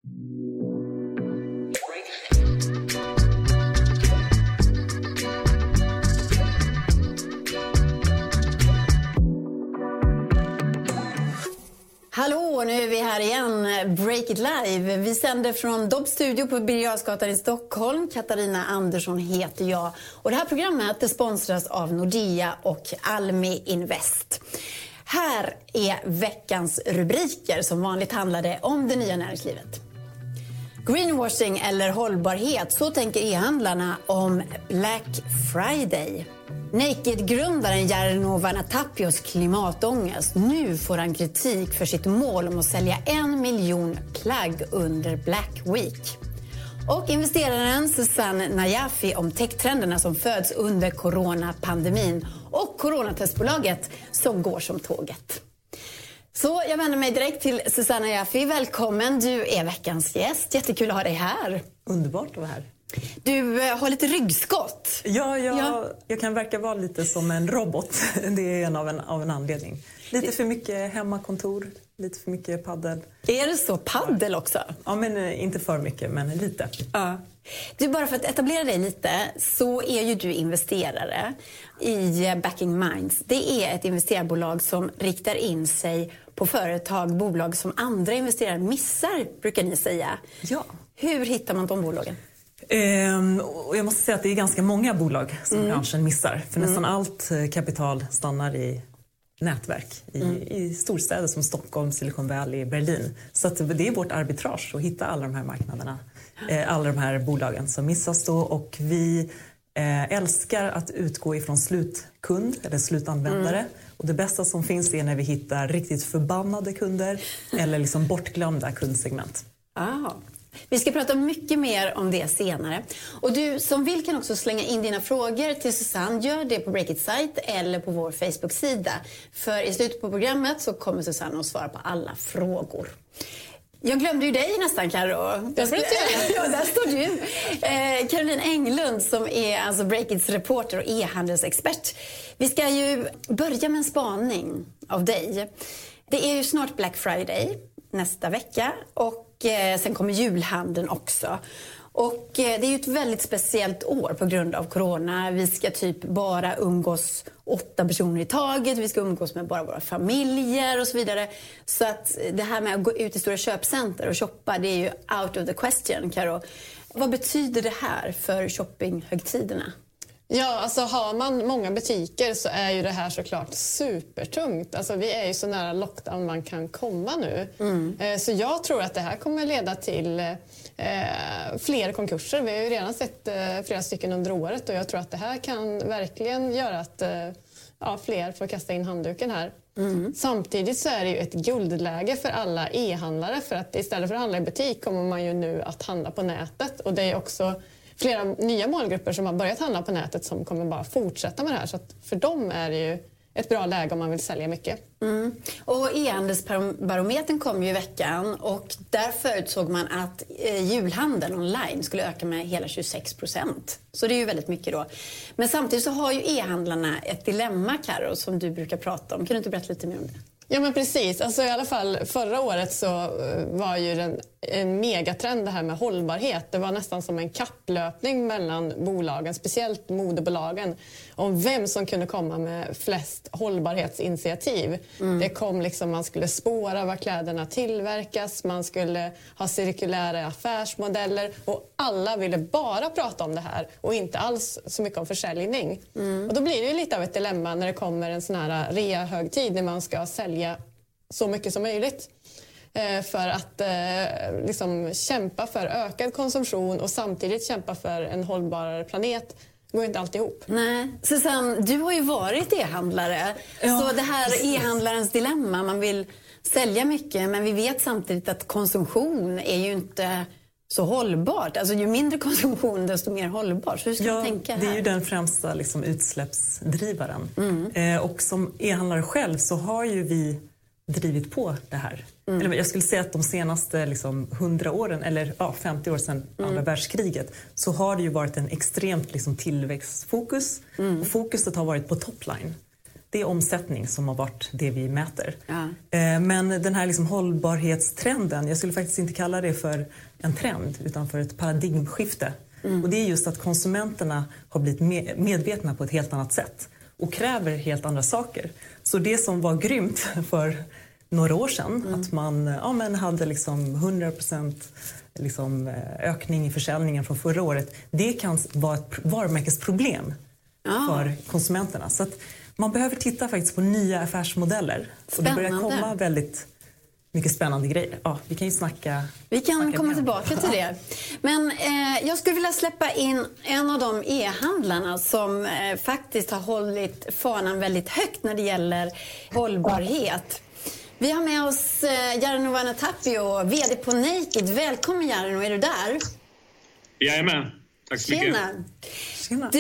Hallå, nu är vi här igen. Break It Live. Vi sänder från Dobbs studio på Birger Jarlsgatan i Stockholm. Katarina Andersson heter jag. Och det här programmet det sponsras av Nordea och Almi Invest. Här är veckans rubriker som vanligt handlade om det nya näringslivet. Greenwashing eller hållbarhet, så tänker e-handlarna om Black Friday. Naked-grundaren Jarno Vanatapios klimatångest. Nu får han kritik för sitt mål om att sälja 1 miljon plagg under Black Week. Och investeraren Susanne Najafi om techtrenderna som föds under coronapandemin. Och coronatestbolaget som går som tåget. Så jag vänder mig direkt till Susanne Najafi. Välkommen, du är veckans gäst. Jättekul att ha dig här. Underbart att vara här. Du har lite ryggskott. Ja, jag kan verka vara lite som en robot. Det är av en anledning. Lite för mycket hemmakontor, lite för mycket paddel. Är det så? Paddel också? Ja, men inte för mycket, men lite. Ja. Du, bara för att etablera dig lite så är ju du investerare i Backing Minds. Det är ett investerarbolag som riktar in sig på bolag som andra investerare missar, brukar ni säga. Ja. Hur hittar man de bolagen? Och jag måste säga att det är ganska många bolag som branschen missar. För nästan allt kapital stannar i nätverk i storstäder som Stockholm, Silicon Valley, Berlin. Så att det är vårt arbitrage att hitta alla de här marknaderna, alla de här bolagen som missas då. Och vi älskar att utgå ifrån slutkund eller slutanvändare. Och det bästa som finns är när vi hittar riktigt förbannade kunder eller liksom bortglömda kundsegment. Vi ska prata mycket mer om det senare. Och du som vill kan också slänga in dina frågor till Susanne. Gör det på Breakit site eller på vår Facebook-sida. För i slutet på programmet så kommer Susanne att svara på alla frågor. Jag glömde ju dig nästan, Karo. Det får du inte göra. Ja, där står du. Caroline Englund som är alltså Breakits reporter och e-handelsexpert. Vi ska ju börja med en spaning av dig. Det är ju snart Black Friday nästa vecka och sen kommer julhandeln också. Och det är ju ett väldigt speciellt år på grund av corona. Vi ska typ bara umgås 8 personer i taget. Vi ska umgås med bara våra familjer och så vidare. Så att det här med att gå ut i stora köpcenter och shoppa, det är ju out of the question, Karo. Vad betyder det här för shoppinghögtiderna? Ja, alltså har man många butiker så är ju det här såklart supertungt. Alltså vi är ju så nära lockdown man kan komma nu. Så jag tror att det här kommer leda till fler konkurser. Vi har ju redan sett flera stycken under året och jag tror att det här kan verkligen göra att fler får kasta in handduken här. Samtidigt så är det ju ett guldläge för alla e-handlare för att istället för att handla i butik kommer man ju nu att handla på nätet och det är också flera nya målgrupper som har börjat handla på nätet som kommer bara fortsätta med det här. Så att för dem är det ju ett bra läge om man vill sälja mycket. Och e-handelsbarometern kom ju i veckan och där förutsåg man att julhandeln online skulle öka med hela 26%. Så det är ju väldigt mycket då. Men samtidigt så har ju e-handlarna ett dilemma, Karo, som du brukar prata om. Kan du inte berätta lite mer om det? Ja men precis, alltså i alla fall förra året så var ju en megatrend det här med hållbarhet. Det var nästan som en kapplöpning mellan bolagen, speciellt modebolagen, om vem som kunde komma med flest hållbarhetsinitiativ. Det kom liksom, man skulle spåra var kläderna tillverkas, man skulle ha cirkulära affärsmodeller och alla ville bara prata om det här och inte alls så mycket om försäljning. Och då blir det ju lite av ett dilemma när det kommer en sån här rea-högtid när man ska sälja så mycket som möjligt för att liksom kämpa för ökad konsumtion och samtidigt kämpa för en hållbarare planet går inte alltid ihop. Nej. Susanne, du har ju varit e-handlare. Ja, så det här e-handlarens dilemma, man vill sälja mycket men vi vet samtidigt att konsumtion är ju inte så hållbart. Alltså ju mindre konsumtion desto mer hållbart. Så hur ska man tänka här? Det är ju den främsta liksom, utsläppsdrivaren. Och som e-handlare själv så har ju vi drivit på det här. Eller jag skulle säga att de senaste 100 åren eller 50 år sedan andra världskriget så har det ju varit en extremt tillväxtfokus och fokuset har varit på topline. det är omsättning som har varit det vi mäter. Ja. Men den här liksom hållbarhetstrenden, jag skulle faktiskt inte kalla det för en trend utan för ett paradigmskifte. Och det är just att konsumenterna har blivit medvetna på ett helt annat sätt och kräver helt andra saker. Så det som var grymt för några år sedan, att man hade liksom 100% liksom ökning i försäljningen från förra året, det kan vara ett varumärkesproblem för konsumenterna. Så att man behöver titta faktiskt på nya affärsmodeller. Och det börjar komma väldigt mycket spännande grejer. Ja, vi kan ju snacka. Vi kan komma tillbaka till det. Men jag skulle vilja släppa in en av de e-handlarna som faktiskt har hållit fanan väldigt högt när det gäller hållbarhet. Vi har med oss Jarno Vanhatapio, vd på Naked. Välkommen Jarno, är du där? Jajamän, tack så mycket. Tjena.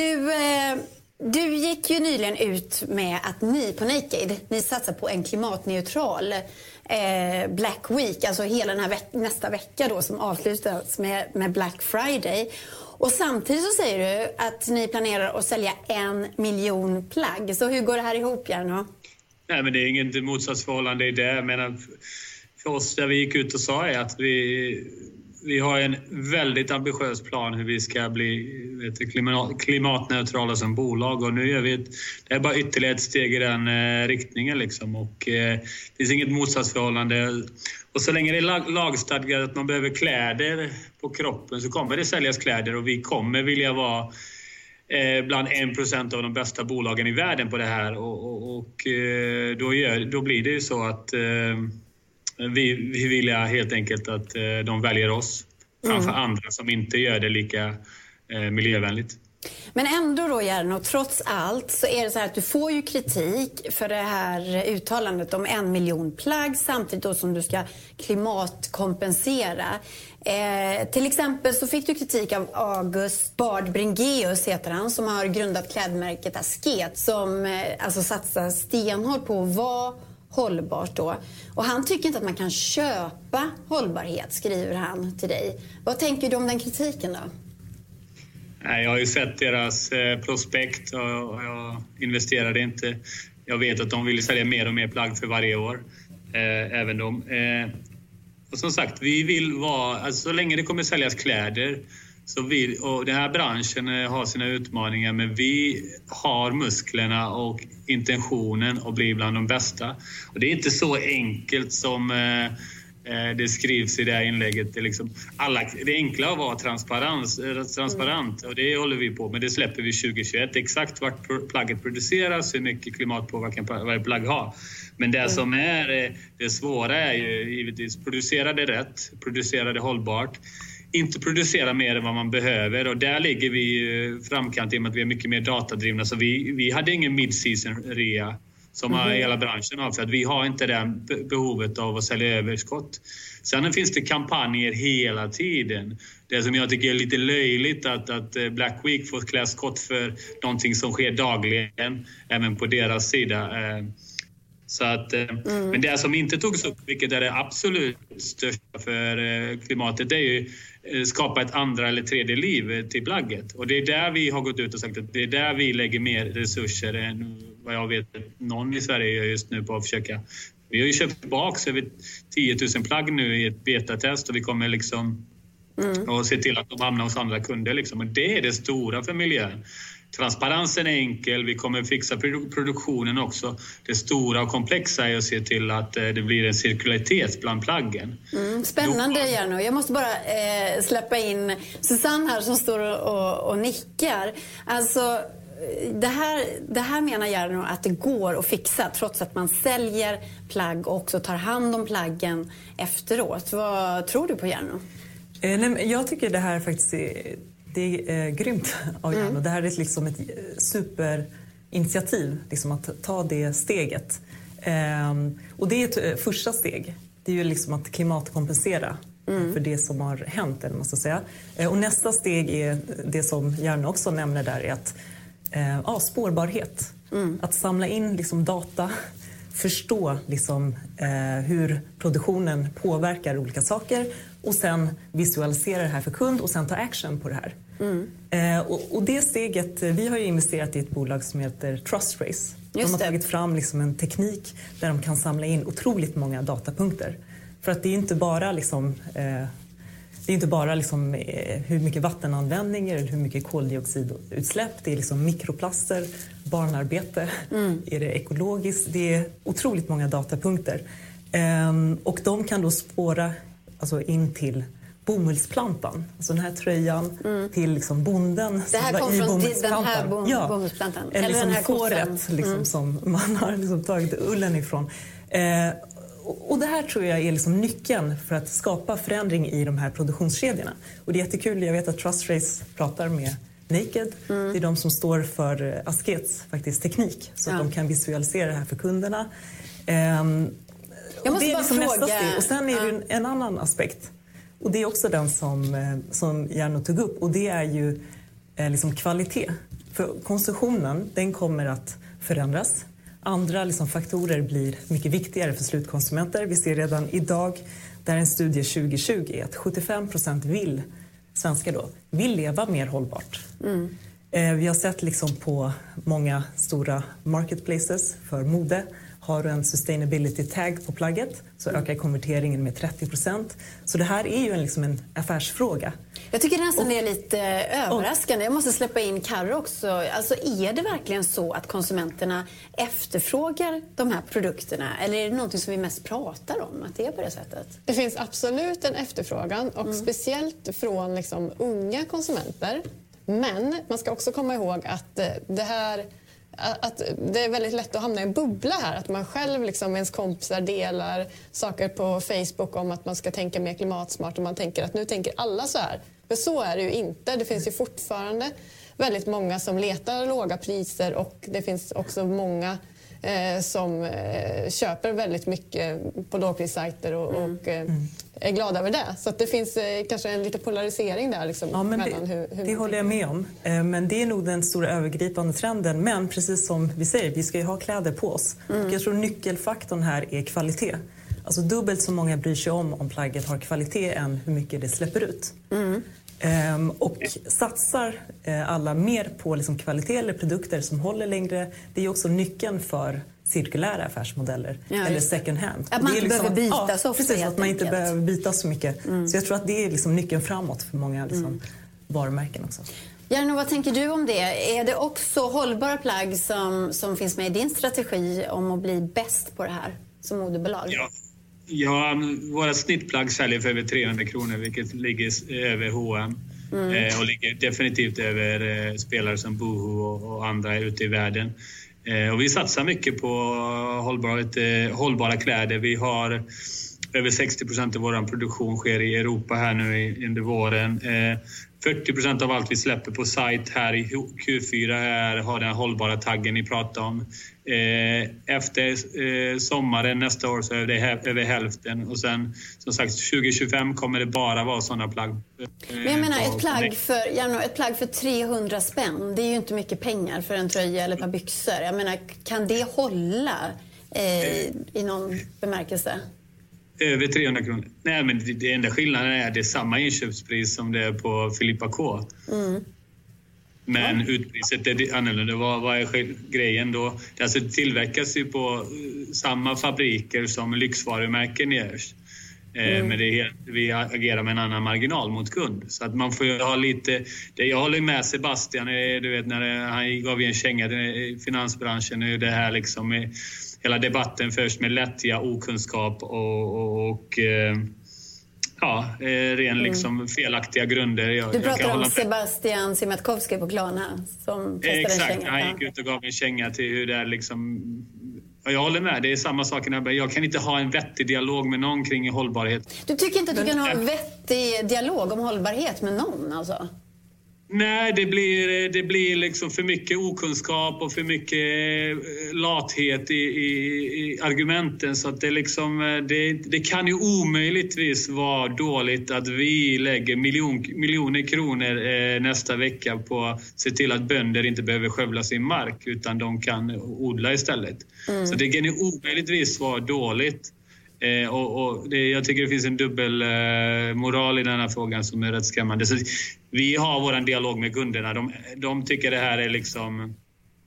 Du gick ju nyligen ut med att ni på Naked, ni satsar på en klimatneutral Black Week, alltså hela den här nästa vecka då som avslutas med Black Friday. Och samtidigt så säger du att ni planerar att sälja 1 miljon plagg. Så hur går det här ihop, Jarno? Nej, men det är inget motsatsförhållande i det. Men för oss där vi gick ut och sa är att vi har en väldigt ambitiös plan hur vi ska bli klimatneutrala som bolag. Och nu gör vi det är bara ytterligare ett steg i den riktningen. Liksom. Och det finns inget motsatsförhållande. Och så länge det är lagstadgat att man behöver kläder på kroppen så kommer det säljas kläder. Och vi kommer vilja vara bland 1% av de bästa bolagen i världen på det här. Och då blir det ju så att vi vill helt enkelt att de väljer oss framför andra som inte gör det lika miljövänligt. Men ändå då, Jarno, trots allt så är det så här att du får ju kritik för det här uttalandet om 1 miljon plagg samtidigt då som du ska klimatkompensera. Till exempel så fick du kritik av August Bard Bringeus, heter han, som har grundat klädmärket Asket som alltså satsar stenhårt på att vara hållbart då. Och han tycker inte att man kan köpa hållbarhet, skriver han till dig. Vad tänker du om den kritiken då? Jag har ju sett deras prospekt och jag investerade inte. Jag vet att de vill sälja mer och mer plagg för varje år. Även de. Och som sagt, vi vill vara, alltså så länge det kommer säljas kläder så och den här branschen har sina utmaningar, men vi har musklerna och intentionen att bli bland de bästa. Och det är inte så enkelt som det skrivs i det här inlägget. Det enkla att vara transparent och det håller vi på med. Det släpper vi 2021. Exakt vart plagget produceras, hur mycket klimatpåverkan varje plagg har. Men det som är det svåra är ju givetvis producera det rätt, producera det hållbart. Inte producera mer än vad man behöver, och där ligger vi framkant i och med att vi är mycket mer datadrivna. Så vi hade ingen mid-season-rea som hela branschen har, för att vi har inte det behovet av att sälja överskott. Sen finns det kampanjer hela tiden. Det som jag tycker är lite löjligt att Black Week får klä skott för någonting som sker dagligen, även på deras sida. Så att, men det som inte togs upp, vilket är det absolut största för klimatet, det är ju skapa ett andra eller tredje liv till plagget. Och det är där vi har gått ut och sagt att det är där vi lägger mer resurser än vad jag vet någon i Sverige gör just nu på att försöka. Vi har ju köpt tillbaka över 10 000 plagg nu i ett betatest, och vi kommer liksom och se till att de hamnar hos andra kunder liksom. Och det är det stora för miljön. Transparensen är enkel, vi kommer fixa produktionen också. Det stora och komplexa är att se till att det blir en cirkularitet bland plaggen. Spännande, Jarno. Jag måste bara släppa in Susanne här som står och nickar. Alltså, det här menar Jarno att det går att fixa trots att man säljer plagg och också tar hand om plaggen efteråt. Vad tror du på, Jarno? Jag tycker det här faktiskt det är grymt av Jarno. Det här är liksom ett superinitiativ, liksom att ta det steget. Och det är ett första steg. Det är ju liksom att klimatkompensera för det som har hänt, eller man ska säga. Och nästa steg är det som Jarno också nämner där, är att spårbarhet. Att samla in liksom data, förstå liksom, hur produktionen påverkar olika saker och sen visualisera det här för kund och sen ta action på det här. Och det steget, vi har ju investerat i ett bolag som heter Trust Race De har tagit fram liksom en teknik där de kan samla in otroligt många datapunkter. För att det är inte bara hur mycket vattenanvändning eller hur mycket koldioxidutsläpp. Det är liksom mikroplaster, barnarbete, är det ekologiskt. Det är otroligt många datapunkter. Och de kan då spåra in till bomullsplantan. Alltså den här tröjan till liksom bonden det här kom från den här bomullsplantan. Eller liksom den här fåret liksom, som man har liksom tagit ullen ifrån. Och det här tror jag är liksom nyckeln för att skapa förändring i de här produktionskedjorna. Och det är jättekul, jag vet att Trust Race pratar med Naked. Det är de som står för Askets faktiskt teknik. Så att de kan visualisera det här för kunderna. Jag måste det är bara liksom fråga. nästa steg. Och sen är det en annan aspekt. Och det är också den som Jarno tog upp. Och det är ju liksom kvalitet. För konsumtionen, den kommer att förändras. Andra liksom faktorer blir mycket viktigare för slutkonsumenter. Vi ser redan idag, där en studie 2020 är att 75% svenskar vill leva mer hållbart. Vi har sett liksom på många stora marketplaces för mode. Har du en sustainability tag på plagget så ökar konverteringen med 30%. Så det här är ju en affärsfråga. Jag tycker det nästan är lite överraskande. Jag måste släppa in Karo också. Alltså är det verkligen så att konsumenterna efterfrågar de här produkterna? Eller är det något som vi mest pratar om, att det är på det sättet? Det finns absolut en efterfrågan och speciellt från liksom unga konsumenter. Men man ska också komma ihåg att att det är väldigt lätt att hamna i en bubbla här. Att man själv, liksom, ens kompisar delar saker på Facebook om att man ska tänka mer klimatsmart och man tänker att nu tänker alla så här. För så är det ju inte. Det finns ju fortfarande väldigt många som letar låga priser och det finns också många som köper väldigt mycket på lågprissajter och är glada över det. Så att det finns kanske en lite polarisering där. Liksom, ja, men det håller jag med om. Men det är nog den stora övergripande trenden. Men precis som vi säger, vi ska ju ha kläder på oss. Och jag tror nyckelfaktorn här är kvalitet. Alltså dubbelt så många bryr sig om plagget har kvalitet än hur mycket det släpper ut. Och satsar alla mer på liksom kvalitet eller produkter som håller längre, det är också nyckeln för cirkulära affärsmodeller eller second hand. Att man inte behöver byta så ofta. Precis, att man inte behöver byta så mycket. Så jag tror att det är liksom nyckeln framåt för många liksom varumärken också. Jarno, vad tänker du om det? Är det också hållbara plagg som finns med i din strategi om att bli bäst på det här som modebolag? Ja, våra snittplagg säljer för över 300 kronor, vilket ligger över H&M och ligger definitivt över spelare som Boohoo och andra ute i världen. Och vi satsar mycket på hållbara kläder. Vi har över 60% av vår produktion sker i Europa här nu under våren. 40% av allt vi släpper på sajt här i Q4 har den hållbara taggen ni pratar om. Efter sommaren nästa år så är det över hälften. Och sen som sagt 2025 kommer det bara vara sådana plagg. Men jag menar ett plagg för 300 spänn, det är ju inte mycket pengar för en tröja eller ett par byxor. Jag menar, kan det hålla i någon bemärkelse? Över 300 kronor. Nej, men det enda skillnaden är att det är samma inköpspris som det är på Filippa K. Men utpriset är annorlunda. Vad är grejen då? Det alltså tillverkas ju på samma fabriker som lyxvarumärken görs. Men vi agerar med en annan marginal mot kund. Så att man får ha lite... Jag håller med Sebastian, du vet, när han gav en känga i finansbranschen. Det här liksom... Hela debatten först med lättja, okunskap och ren liksom felaktiga grunder. Du pratar om Sebastian Siemiatkowski på Klarna som testade en känga. Exakt, han gick ut och gav en känga till hur det är liksom... Jag håller med, det är samma sak. Jag kan inte ha en vettig dialog med någon kring hållbarhet. Du tycker inte att du kan ha en vettig dialog om hållbarhet med någon alltså? Nej, det blir liksom för mycket okunskap och för mycket lathet i argumenten. Så att det, liksom, det kan ju omöjligtvis vara dåligt att vi lägger miljoner kronor nästa vecka på att se till att bönder inte behöver skövla sin mark utan de kan odla istället. Så det kan ju omöjligtvis vara dåligt. Jag tycker det finns en dubbel moral i den här frågan som är rätt skrämmande. Så vi har vår dialog med kunderna. De tycker det här är liksom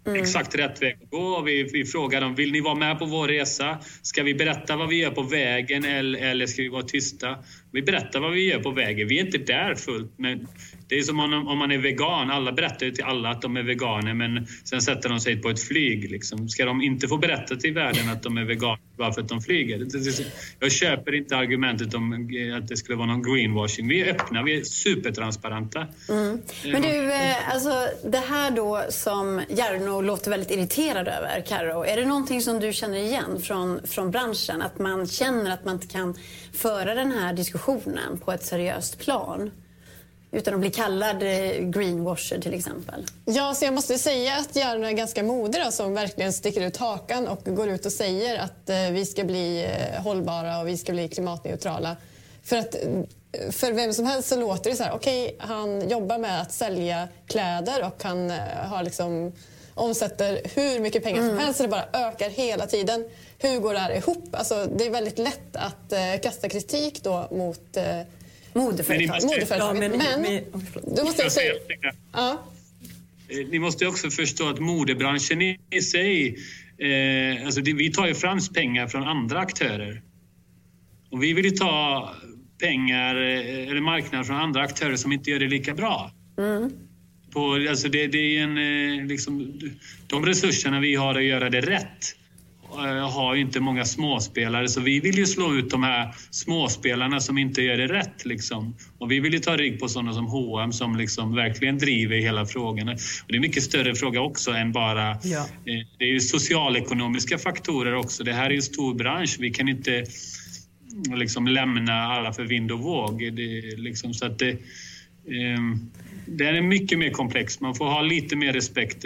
exakt rätt väg att gå. Vi frågar dem, vill ni vara med på vår resa? Ska vi berätta vad vi gör på vägen eller ska vi vara tysta? Vi berättar vad vi gör på vägen. Vi är inte där fullt, men det är som om man är vegan. Alla berättar ju till alla att de är veganer, men sen sätter de sig på ett flyg. Liksom. Ska de inte få berätta till världen att de är veganer bara för att de flyger? Jag köper inte argumentet om att det skulle vara någon greenwashing. Vi är öppna, vi är supertransparenta. Men du, alltså det här då som Jarno låter väldigt irriterad över, Karo, är det någonting som du känner igen från branschen? Att man känner att man inte kan föra den här diskussionen på ett seriöst plan utan att bli kallad greenwasher till exempel? Ja, så jag måste säga att Jarno är ganska modig då, som verkligen sticker ut hakan och går ut och säger att vi ska bli hållbara och vi ska bli klimatneutrala. För att för vem som helst så låter det så här, okej, han jobbar med att sälja kläder och han har liksom omsätter hur mycket pengar som helst, så det bara ökar hela tiden. Hur går det här ihop? Alltså, det är väldigt lätt att kasta kritik då mot modeföretag. Men då måste jag säga... Ja. Ni måste också förstå att modebranschen i sig, alltså vi tar ju fram pengar från andra aktörer. Och vi vill ju ta pengar eller marknad från andra aktörer som inte gör det lika bra. Alltså det är en, liksom, de resurserna vi har att göra det rätt har ju inte många småspelare, så vi vill ju slå ut de här småspelarna som inte gör det rätt liksom. Och vi vill ju ta rygg på sådana som H&M som liksom verkligen driver hela frågorna. Och det är en mycket större fråga också än bara det är ju socialekonomiska faktorer också. Det här är ju en stor bransch, vi kan inte liksom lämna alla för vind och våg. Det, liksom, så att det är mycket mer komplext. Man får ha lite mer respekt.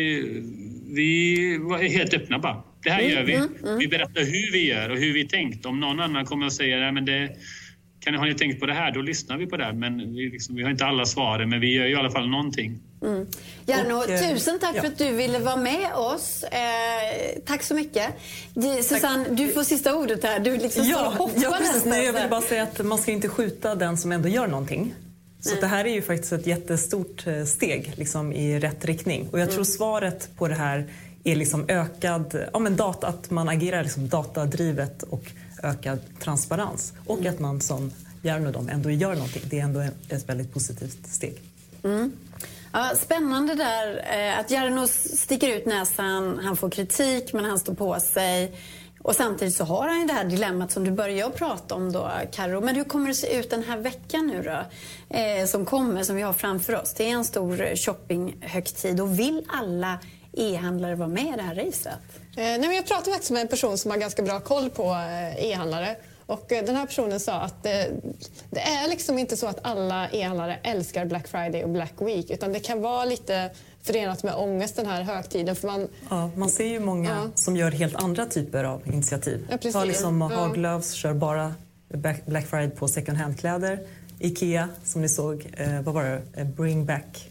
Vi är helt öppna bara. Det här gör vi. Vi berättar hur vi gör och hur vi tänkt. Om någon annan kommer att säga nej, men har ni tänkt på det här? Då lyssnar vi på det. Men vi har inte alla svaren, men vi gör i alla fall någonting. Jarno, tusen tack för att du ville vara med oss. Tack så mycket. Susanne, du får sista ordet här. Du liksom precis. Nej, jag vill bara säga att man ska inte skjuta den som ändå gör någonting. Så det här är ju faktiskt ett jättestort steg liksom, i rätt riktning. Och jag tror svaret på det här är liksom ökad att man agerar liksom datadrivet och ökad transparens. Och att man som Jarno ändå gör någonting. Det är ändå ett väldigt positivt steg. Ja, spännande där att Jarno sticker ut näsan. Han får kritik men han står på sig. Och samtidigt så har han ju det här dilemmat som du börjar prata om då, Karo. Men hur kommer det se ut den här veckan nu då? Som vi har framför oss. Det är en stor shoppinghögtid. Och vill alla e-handlare vara med i det här racet? Men jag pratade faktiskt med en person som har ganska bra koll på e-handlare. Och den här personen sa att det är liksom inte så att alla e-handlare älskar Black Friday och Black Week. Utan det kan vara lite förenat med ångest den här högtiden. För man ser ju många som gör helt andra typer av initiativ. Ja, ta liksom Haglöfs kör bara Black Friday på second hand-kläder. Ikea som ni såg, vad var det? Bring back.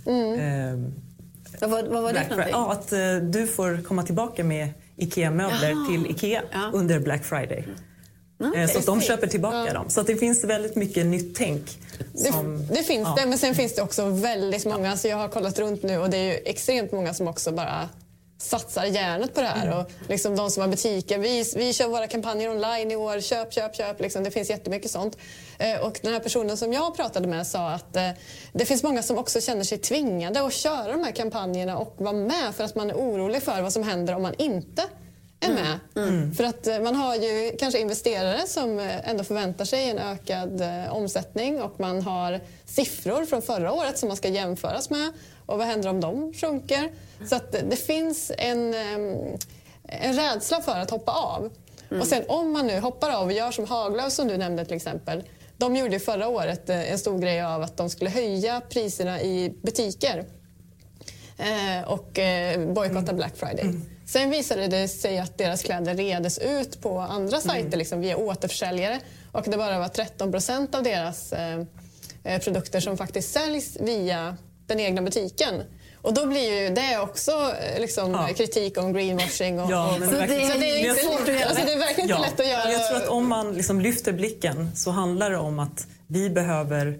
Vad var det för någonting? Ja, att du får komma tillbaka med Ikea-möbler till Ikea under Black Friday. Så att de köper tillbaka dem. Så att det finns väldigt mycket nytt tänk. Det finns det, men sen finns det också väldigt många. Alltså jag har kollat runt nu och det är ju extremt många som också bara satsar hjärnet på det här. Och liksom de som har butiker, vi kör våra kampanjer online i år, köp. Liksom, det finns jättemycket sånt. Och den här personen som jag pratade med sa att det finns många som också känner sig tvingade att köra de här kampanjerna och vara med för att man är orolig för vad som händer om man inte är med. För att man har ju kanske investerare som ändå förväntar sig en ökad omsättning och man har siffror från förra året som man ska jämföras med. Och vad händer om de sjunker? Så att det finns en rädsla för att hoppa av. Och sen om man nu hoppar av och gör som Haglöf som du nämnde till exempel. De gjorde förra året en stor grej av att de skulle höja priserna i butiker. Och bojkotta Black Friday. Sen visade det sig att deras kläder redes ut på andra sajter liksom, via återförsäljare. Och det bara var 13% av deras produkter som faktiskt säljs via den egna butiken. Och då blir ju det också liksom, kritik om greenwashing. Och, men så det är svårt att göra. Alltså, det är verkligen inte lätt att göra. Jag tror att om man liksom lyfter blicken så handlar det om att vi behöver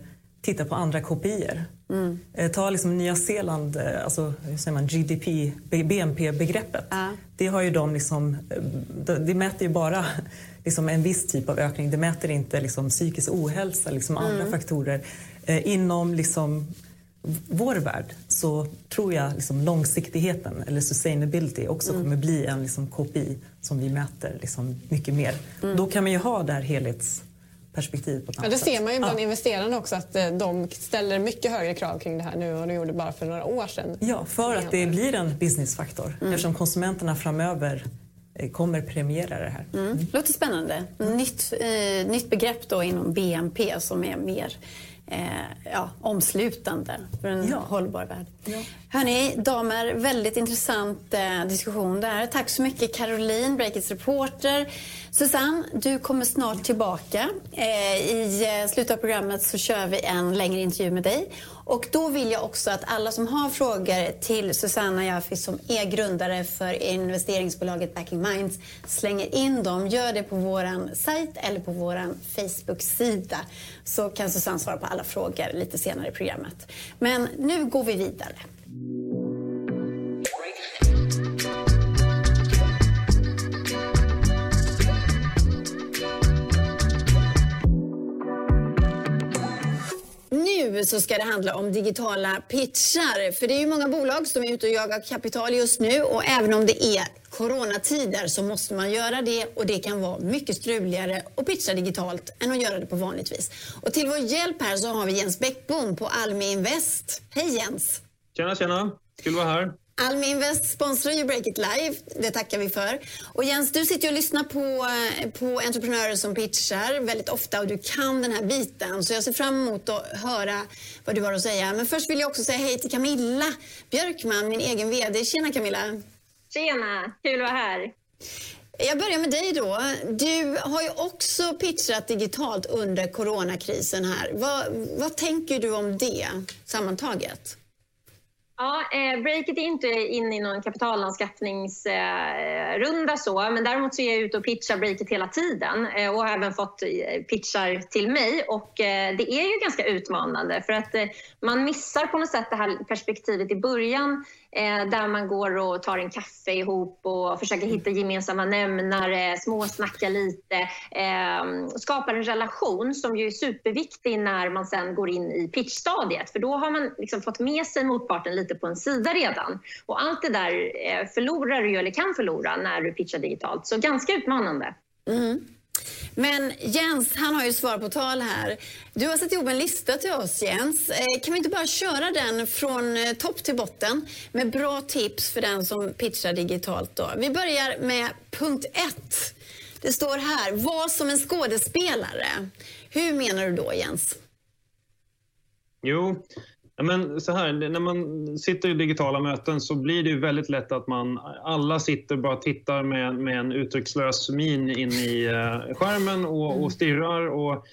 titta på andra kopior. Ta liksom Nya Zeeland, alltså hur säger man, GDP, BNP-begreppet. Det har ju de liksom, det mäter ju bara liksom en viss typ av ökning. Det mäter inte liksom psykisk ohälsa, liksom andra faktorer. Inom liksom vår värld så tror jag liksom långsiktigheten eller sustainability också kommer bli en liksom KPI som vi mäter liksom mycket mer. Då kan man ju ha det här helhetsperspektivet på ett annat det sätt. ser man ju bland investerarna också, att de ställer mycket högre krav kring det här nu och de gjorde bara för några år sedan. Ja, för att det blir en businessfaktor eftersom konsumenterna framöver kommer premiera det här. Låter spännande. Nytt begrepp då inom BNP som är mer omslutande för en hållbar värld. Hörrni, damer, väldigt intressant diskussion där. Tack så mycket Caroline, Breakits reporter. Susanne, du kommer snart tillbaka. I slutet av programmet så kör vi en längre intervju med dig. Och då vill jag också att alla som har frågor till Susanna Jaffi som är grundare för investeringsbolaget Backing Minds slänger in dem. Gör det på våran sajt eller på våran Facebook-sida. Så kan Susanne svara på alla frågor lite senare i programmet. Men nu går vi vidare. Nu så ska det handla om digitala pitchar. För det är ju många bolag som är ute och jagar kapital just nu. Och även om det är coronatider så måste man göra det. Och det kan vara mycket struligare att pitcha digitalt än att göra det på vanligt vis. Och till vår hjälp här så har vi Jens Bäckbom på Almi Invest. Hej Jens! Tjena! Kul att vara här. Almi Invest sponsrar ju Break It Live, det tackar vi för. Och Jens, du sitter och lyssnar på entreprenörer som pitchar väldigt ofta och du kan den här biten. Så jag ser fram emot att höra vad du har att säga. Men först vill jag också säga hej till Camilla Björkman, min egen vd. Tjena Camilla! Tjena, kul att vara här. Jag börjar med dig då. Du har ju också pitchat digitalt under coronakrisen här. Vad tänker du om det sammantaget? Ja, Breakit är inte inne i någon kapitalanskaffningsrunda så, men däremot så är jag ute och pitchar Breakit hela tiden och har även fått pitchar till mig och det är ju ganska utmanande för att man missar på något sätt det här perspektivet i början där man går och tar en kaffe ihop och försöker hitta gemensamma nämnare, småsnacka lite, skapar en relation som ju är superviktig när man sen går in i pitchstadiet. För då har man liksom fått med sig motparten lite på en sida redan. Och allt det där förlorar du eller kan förlora när du pitchar digitalt. Så ganska utmanande. Men Jens, han har ju svar på tal här. Du har satt ihop en lista till oss, Jens. Kan vi inte bara köra den från topp till botten med bra tips för den som pitchar digitalt då? Vi börjar med punkt 1. Det står här, var som en skådespelare. Hur menar du då, Jens? Jo, men så här, när man sitter i digitala möten så blir det ju väldigt lätt att alla sitter bara tittar med en uttryckslös min in i skärmen och stirrar. Och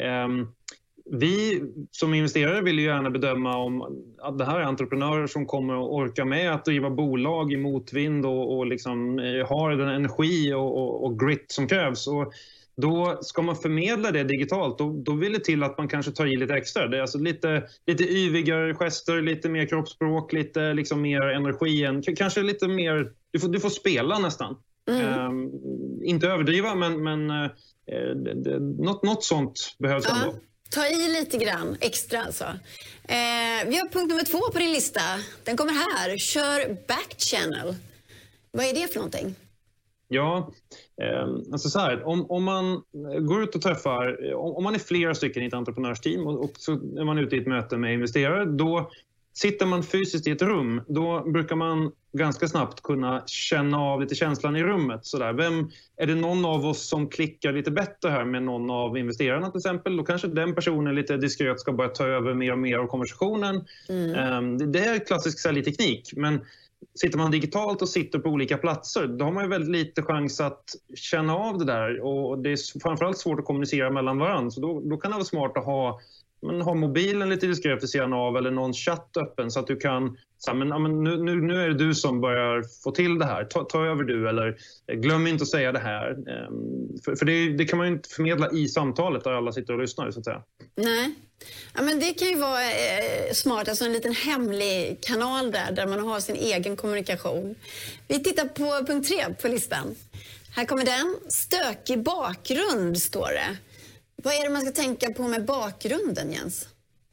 vi som investerare vill ju gärna bedöma om att det här är entreprenörer som kommer att orka med att driva bolag i motvind och liksom har den energi och grit som krävs. Och då ska man förmedla det digitalt, då vill det till att man kanske tar i lite extra. Det är alltså lite yvigare gester, lite mer kroppsspråk, lite liksom mer energi. Kanske lite mer, du får spela nästan. Inte överdriva, men något sånt behövs ändå. Ta i lite grann extra alltså. Vi har punkt nummer 2 på din lista. Den kommer här. Kör backchannel. Vad är det för någonting? Ja, alltså så här, om man går ut och träffar, om man är flera stycken i ett entreprenörsteam och så är man ute i ett möte med investerare, då sitter man fysiskt i ett rum. Då brukar man ganska snabbt kunna känna av lite känslan i rummet. Så där. Är det någon av oss som klickar lite bättre här med någon av investerarna till exempel? Då kanske den personen lite diskret ska börja ta över mer och mer av konversationen. Det är klassisk säljteknik, men sitter man digitalt och sitter på olika platser, då har man ju väldigt lite chans att känna av det där. Och det är framförallt svårt att kommunicera mellan varandra. Så då kan det vara smart att ha mobilen lite diskret vid sidan av eller någon chatt öppen så att du kan säga, nu är det du som börjar få till det här. Ta över du, eller glöm inte att säga det här. För det kan man ju inte förmedla i samtalet där alla sitter och lyssnar, så att säga. Nej. Ja, men det kan ju vara smart, alltså en liten hemlig kanal där man har sin egen kommunikation. Vi tittar på punkt 3 på listan. Här kommer den. Stökig bakgrund står det. Vad är det man ska tänka på med bakgrunden, Jens?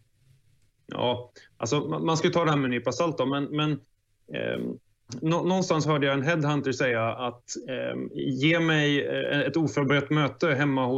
Ja, alltså man ska ju ta det här med en nypa salt då, men någonstans hörde jag en headhunter säga att ge mig ett oförberett möte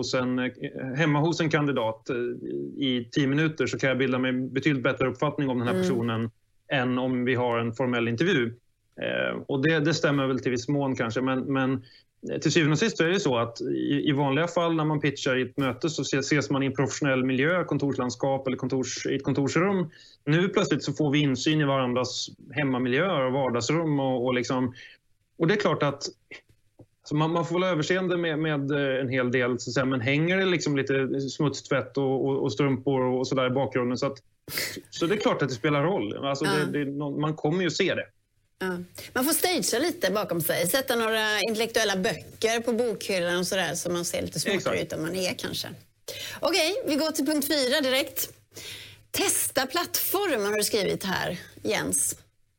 hemma hos en kandidat i 10 minuter, så kan jag bilda mig betydligt bättre uppfattning om den här personen än om vi har en formell intervju. Och det stämmer väl till viss mån kanske, men till syvende och sist så är det så att i vanliga fall när man pitchar i ett möte så ses man i en professionell miljö, kontorslandskap eller i ett kontorsrum. Nu plötsligt så får vi insyn i varandras hemmamiljöer och vardagsrum och det är klart att alltså man får väl överseende med en hel del, så att säga, men hänger det liksom lite smutstvätt och strumpor och sådär i bakgrunden, så det är klart att det spelar roll. Alltså man kommer ju se det. Ja. Man får stagea lite bakom sig, sätta några intellektuella böcker på bokhyllan och sådär, så man ser lite smartare ut än man är kanske. Okej, vi går till punkt 4 direkt. Testa plattformen har du skrivit här, Jens.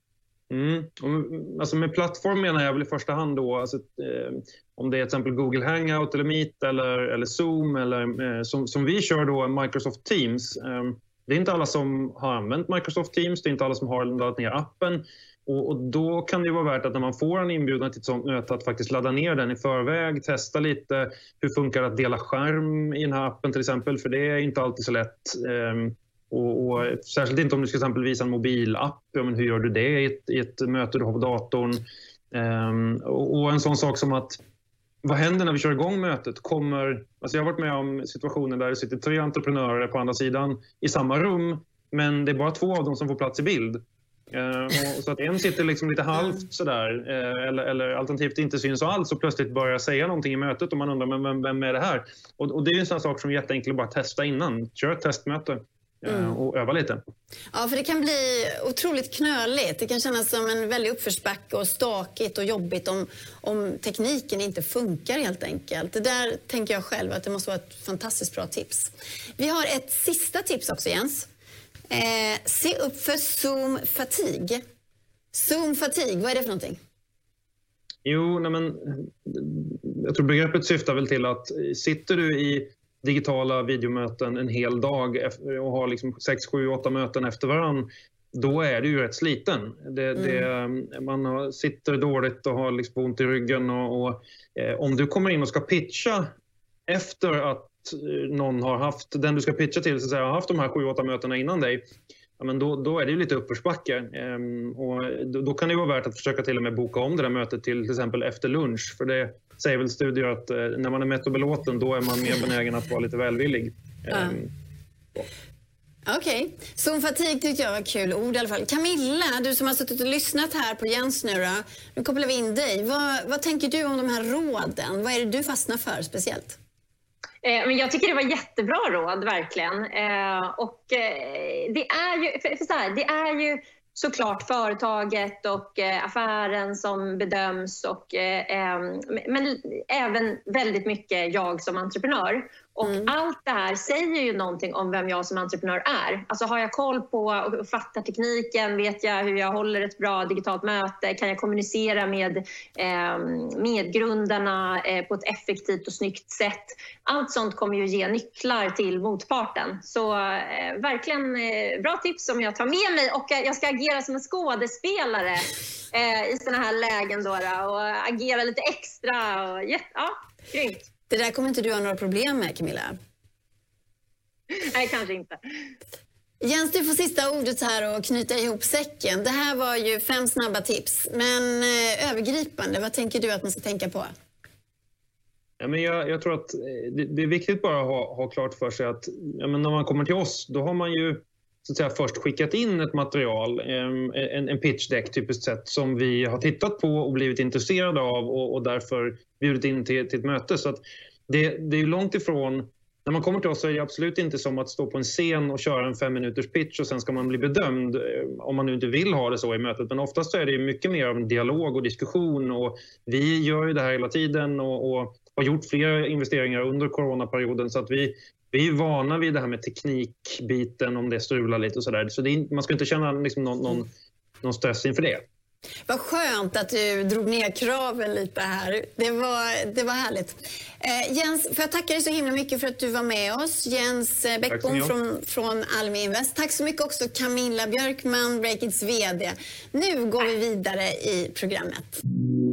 Alltså med plattform menar jag väl i första hand då, alltså, om det är till exempel Google Hangout eller Meet eller Zoom eller som vi kör då Microsoft Teams. Det är inte alla som har använt Microsoft Teams, det är inte alla som har laddat ner appen. Och då kan det ju vara värt att när man får en inbjudan till ett sånt möte att faktiskt ladda ner den i förväg, testa lite hur funkar det att dela skärm i den här appen till exempel, för det är inte alltid så lätt. Och särskilt inte om du ska till exempel visa en mobilapp, men hur gör du det i ett möte du har på datorn? Och en sån sak som att vad händer när vi kör igång mötet? Alltså jag har varit med om situationer där det sitter 3 entreprenörer på andra sidan i samma rum, men det är bara 2 av dem som får plats i bild. Så att en sitter liksom lite halvt sådär, eller alternativt inte syns alls och plötsligt börjar säga någonting i mötet och man undrar men vem är det här? Och det är ju en sån sak som är jätteenkelt att bara testa innan. Kör ett testmöte och öva lite. Ja, för det kan bli otroligt knöligt. Det kan kännas som en väldig uppförsbacke och stakigt och jobbigt om tekniken inte funkar helt enkelt. Det där tänker jag själv att det måste vara ett fantastiskt bra tips. Vi har ett sista tips också, Jens. Se upp för Zoom fatigue. Zoom fatigue, vad är det för någonting? Jo, jag tror begreppet syftar väl till att sitter du i digitala videomöten en hel dag och har liksom 6, 7, 8 möten efter varann, då är du ju rätt sliten. Man sitter dåligt och har liksom ont i ryggen och om du kommer in och ska pitcha efter att någon har haft, den du ska pitcha till så att säga, har haft de här 7-8 mötena innan dig, ja, men då är det ju lite uppförsbacke. Och då kan det vara värt att försöka till och med boka om det där mötet till exempel efter lunch. För det säger väl studier att när man är mätt och belåten, då är man mer benägen att vara lite välvillig. Okej. Zoom fatigue tyckte jag var kul ord i alla fall. Camilla, du som har suttit och lyssnat här på Jens nu då. Nu kopplar vi in dig. Vad tänker du om de här råden? Vad är det du fastnar för speciellt? Men jag tycker det var jättebra råd, verkligen. Och det är ju såklart företaget och affären som bedöms, men även väldigt mycket jag som entreprenör. Och allt det här säger ju någonting om vem jag som entreprenör är. Alltså har jag koll på och fattar tekniken, vet jag hur jag håller ett bra digitalt möte, kan jag kommunicera med medgrundarna på ett effektivt och snyggt sätt. Allt sånt kommer ju ge nycklar till motparten. Så verkligen bra tips som jag tar med mig, och jag ska agera som en skådespelare i såna här lägen då, och agera lite extra. Och, grymt. Det där kommer inte du ha några problem med, Camilla? Nej, kanske inte. Jens, du får sista ordet här och knyta ihop säcken. Det här var ju 5 snabba tips. Men övergripande, vad tänker du att man ska tänka på? Ja, men jag tror att det är viktigt bara att ha klart för sig att när man kommer till oss, då har man ju så att säga först skickat in ett material, en pitch deck typiskt sett, som vi har tittat på och blivit intresserade av och därför bjudit in till ett möte. Så att det är långt ifrån, när man kommer till oss så är det absolut inte som att stå på en scen och köra en 5 minuters pitch och sen ska man bli bedömd, om man nu inte vill ha det så i mötet. Men oftast så är det mycket mer om dialog och diskussion, och vi gör ju det här hela tiden och har gjort flera investeringar under coronaperioden, så att vi är vana vid det här med teknikbiten, om det strular lite och sådär. Så man ska inte känna liksom någon stress inför det. Vad skönt att du drog ner kraven lite här. Det var härligt. Jens, får jag tacka dig så himla mycket för att du var med oss. Jens Bäckbom från Almi Invest. Tack så mycket också Camilla Björkman, Breakits vd. Nu går vi vidare i programmet.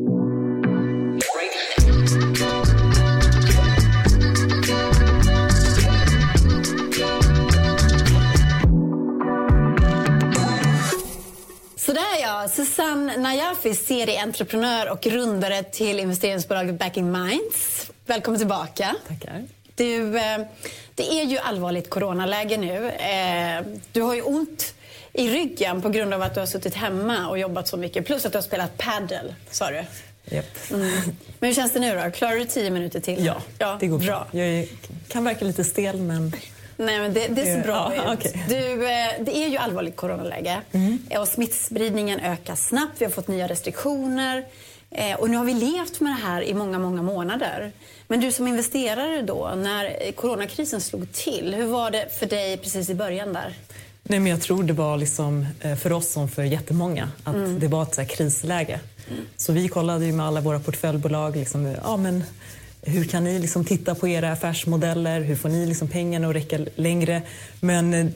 Sådär ja, Susanne Najafi, serieentreprenör och grundare till investeringsbolaget Backing Minds. Välkommen tillbaka. Tackar. Du, det är ju allvarligt coronaläge nu. Du har ju ont i ryggen på grund av att du har suttit hemma och jobbat så mycket. Plus att du har spelat paddle, sa du. Yep. Men hur känns det nu då? Klarar du 10 minuter till? Ja, det går bra. Jag kan verka lite stel, men... Nej, men det ser bra ut. Okay. Det är ju allvarligt coronaläge. Och smittspridningen ökar snabbt. Vi har fått nya restriktioner. Och nu har vi levt med det här i många, många månader. Men du som investerare då, när coronakrisen slog till, hur var det för dig precis i början där? Nej, men jag tror det var liksom, för oss som för jättemånga, att det var ett så här krisläge. Så vi kollade ju med alla våra portföljbolag liksom, hur kan ni liksom titta på era affärsmodeller? Hur får ni liksom pengarna att räcka längre? Men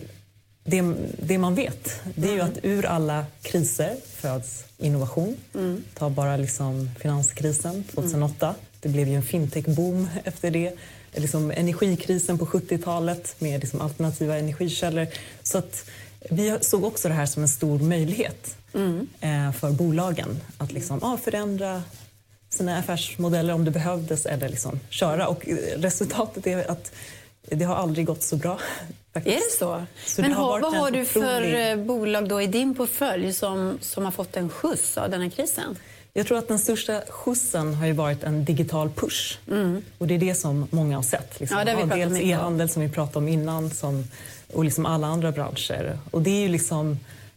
det man vet, det är ju att ur alla kriser föds innovation. Ta bara liksom finanskrisen 2008. Det blev ju en fintech-boom efter det. Liksom energikrisen på 70-talet med liksom alternativa energikällor. Så att vi såg också det här som en stor möjlighet för bolagen att liksom, förändra sina affärsmodeller om det behövdes eller liksom köra. Och resultatet är att det har aldrig gått så bra. Faktiskt. Är det så? Så men det vad har du för bolag då i din portfölj som har fått en skjuts av den här krisen? Jag tror att den största skjutsen har ju varit en digital push. Och det är det som många har sett. Liksom. Ja, det har vi dels e-handel som vi pratade om innan och liksom alla andra branscher. Och det är ju liksom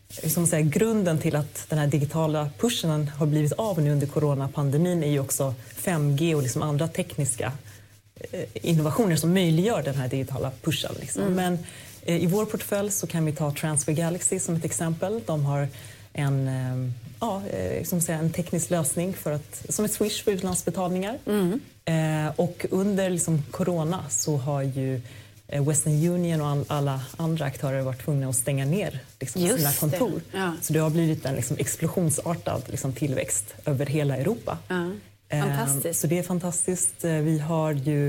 grunden till att den här digitala pushen har blivit av nu under coronapandemin är ju också 5G och liksom andra tekniska innovationer som möjliggör den här digitala pushen. Liksom. Men i vår portfölj så kan vi ta Transfer Galaxy som ett exempel. De har en teknisk lösning som ett Swish för utlandsbetalningar. Och under liksom corona så har ju Western Union och alla andra aktörer varit tvungna att stänga ner liksom, sina kontor. Ja. Så det har blivit en liksom, explosionsartad liksom, tillväxt över hela Europa. Ja. Fantastiskt. Så det är fantastiskt. Vi har ju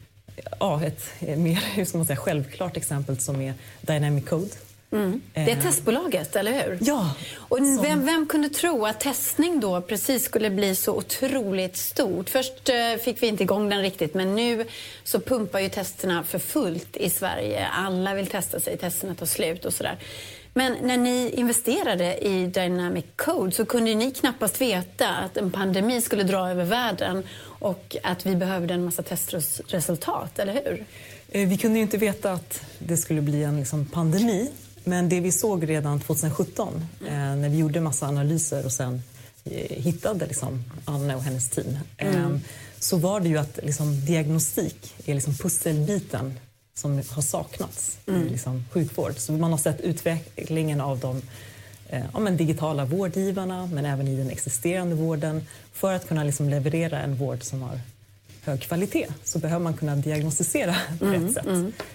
ett mer självklart exempel som är Dynamic Code. Det är testbolaget, eller hur? Ja. Och vem kunde tro att testning då precis skulle bli så otroligt stort? Först fick vi inte igång den riktigt, men nu så pumpar ju testerna för fullt i Sverige. Alla vill testa sig, testerna tar slut och sådär. Men när ni investerade i Dynamic Code så kunde ni knappast veta att en pandemi skulle dra över världen och att vi behövde en massa testresultat, eller hur? Vi kunde ju inte veta att det skulle bli en liksom, pandemi. Men det vi såg redan 2017 när vi gjorde massa analyser och sen hittade liksom, Anne och hennes team så var det ju att liksom, diagnostik är liksom, pusselbiten som har saknats i liksom, sjukvård. Så man har sett utvecklingen av de digitala vårdgivarna men även i den existerande vården. För att kunna liksom, leverera en vård som har hög kvalitet så behöver man kunna diagnostisera på rätt sätt.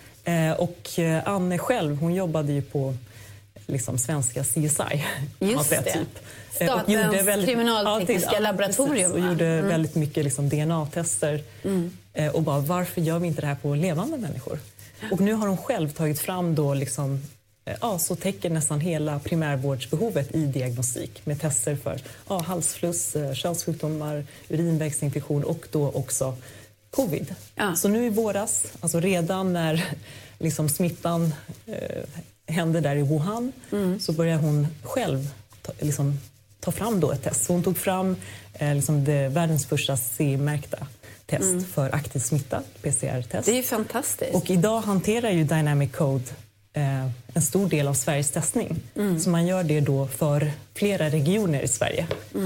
Och Anne själv, hon jobbade ju på liksom, svenska CSI. Just det. Typ. Statens kriminaltekniska laboratorium. Och gjorde väldigt mycket liksom, DNA-tester. Och bara, varför gör vi inte det här på levande människor? Och nu har hon själv tagit fram då liksom, så täcker nästan hela primärvårdsbehovet i diagnostik med tester för halsfluss, könssjukdomar, urinvägsinfektion och då också covid. Ja. Så nu i våras, alltså redan när liksom smittan hände där i Wuhan så började hon själv ta fram då ett test. Så hon tog fram världens första CE-märkta test för aktiv smitta, PCR-test. Det är ju fantastiskt. Och idag hanterar ju Dynamic Code en stor del av Sveriges testning. Så man gör det då för flera regioner i Sverige.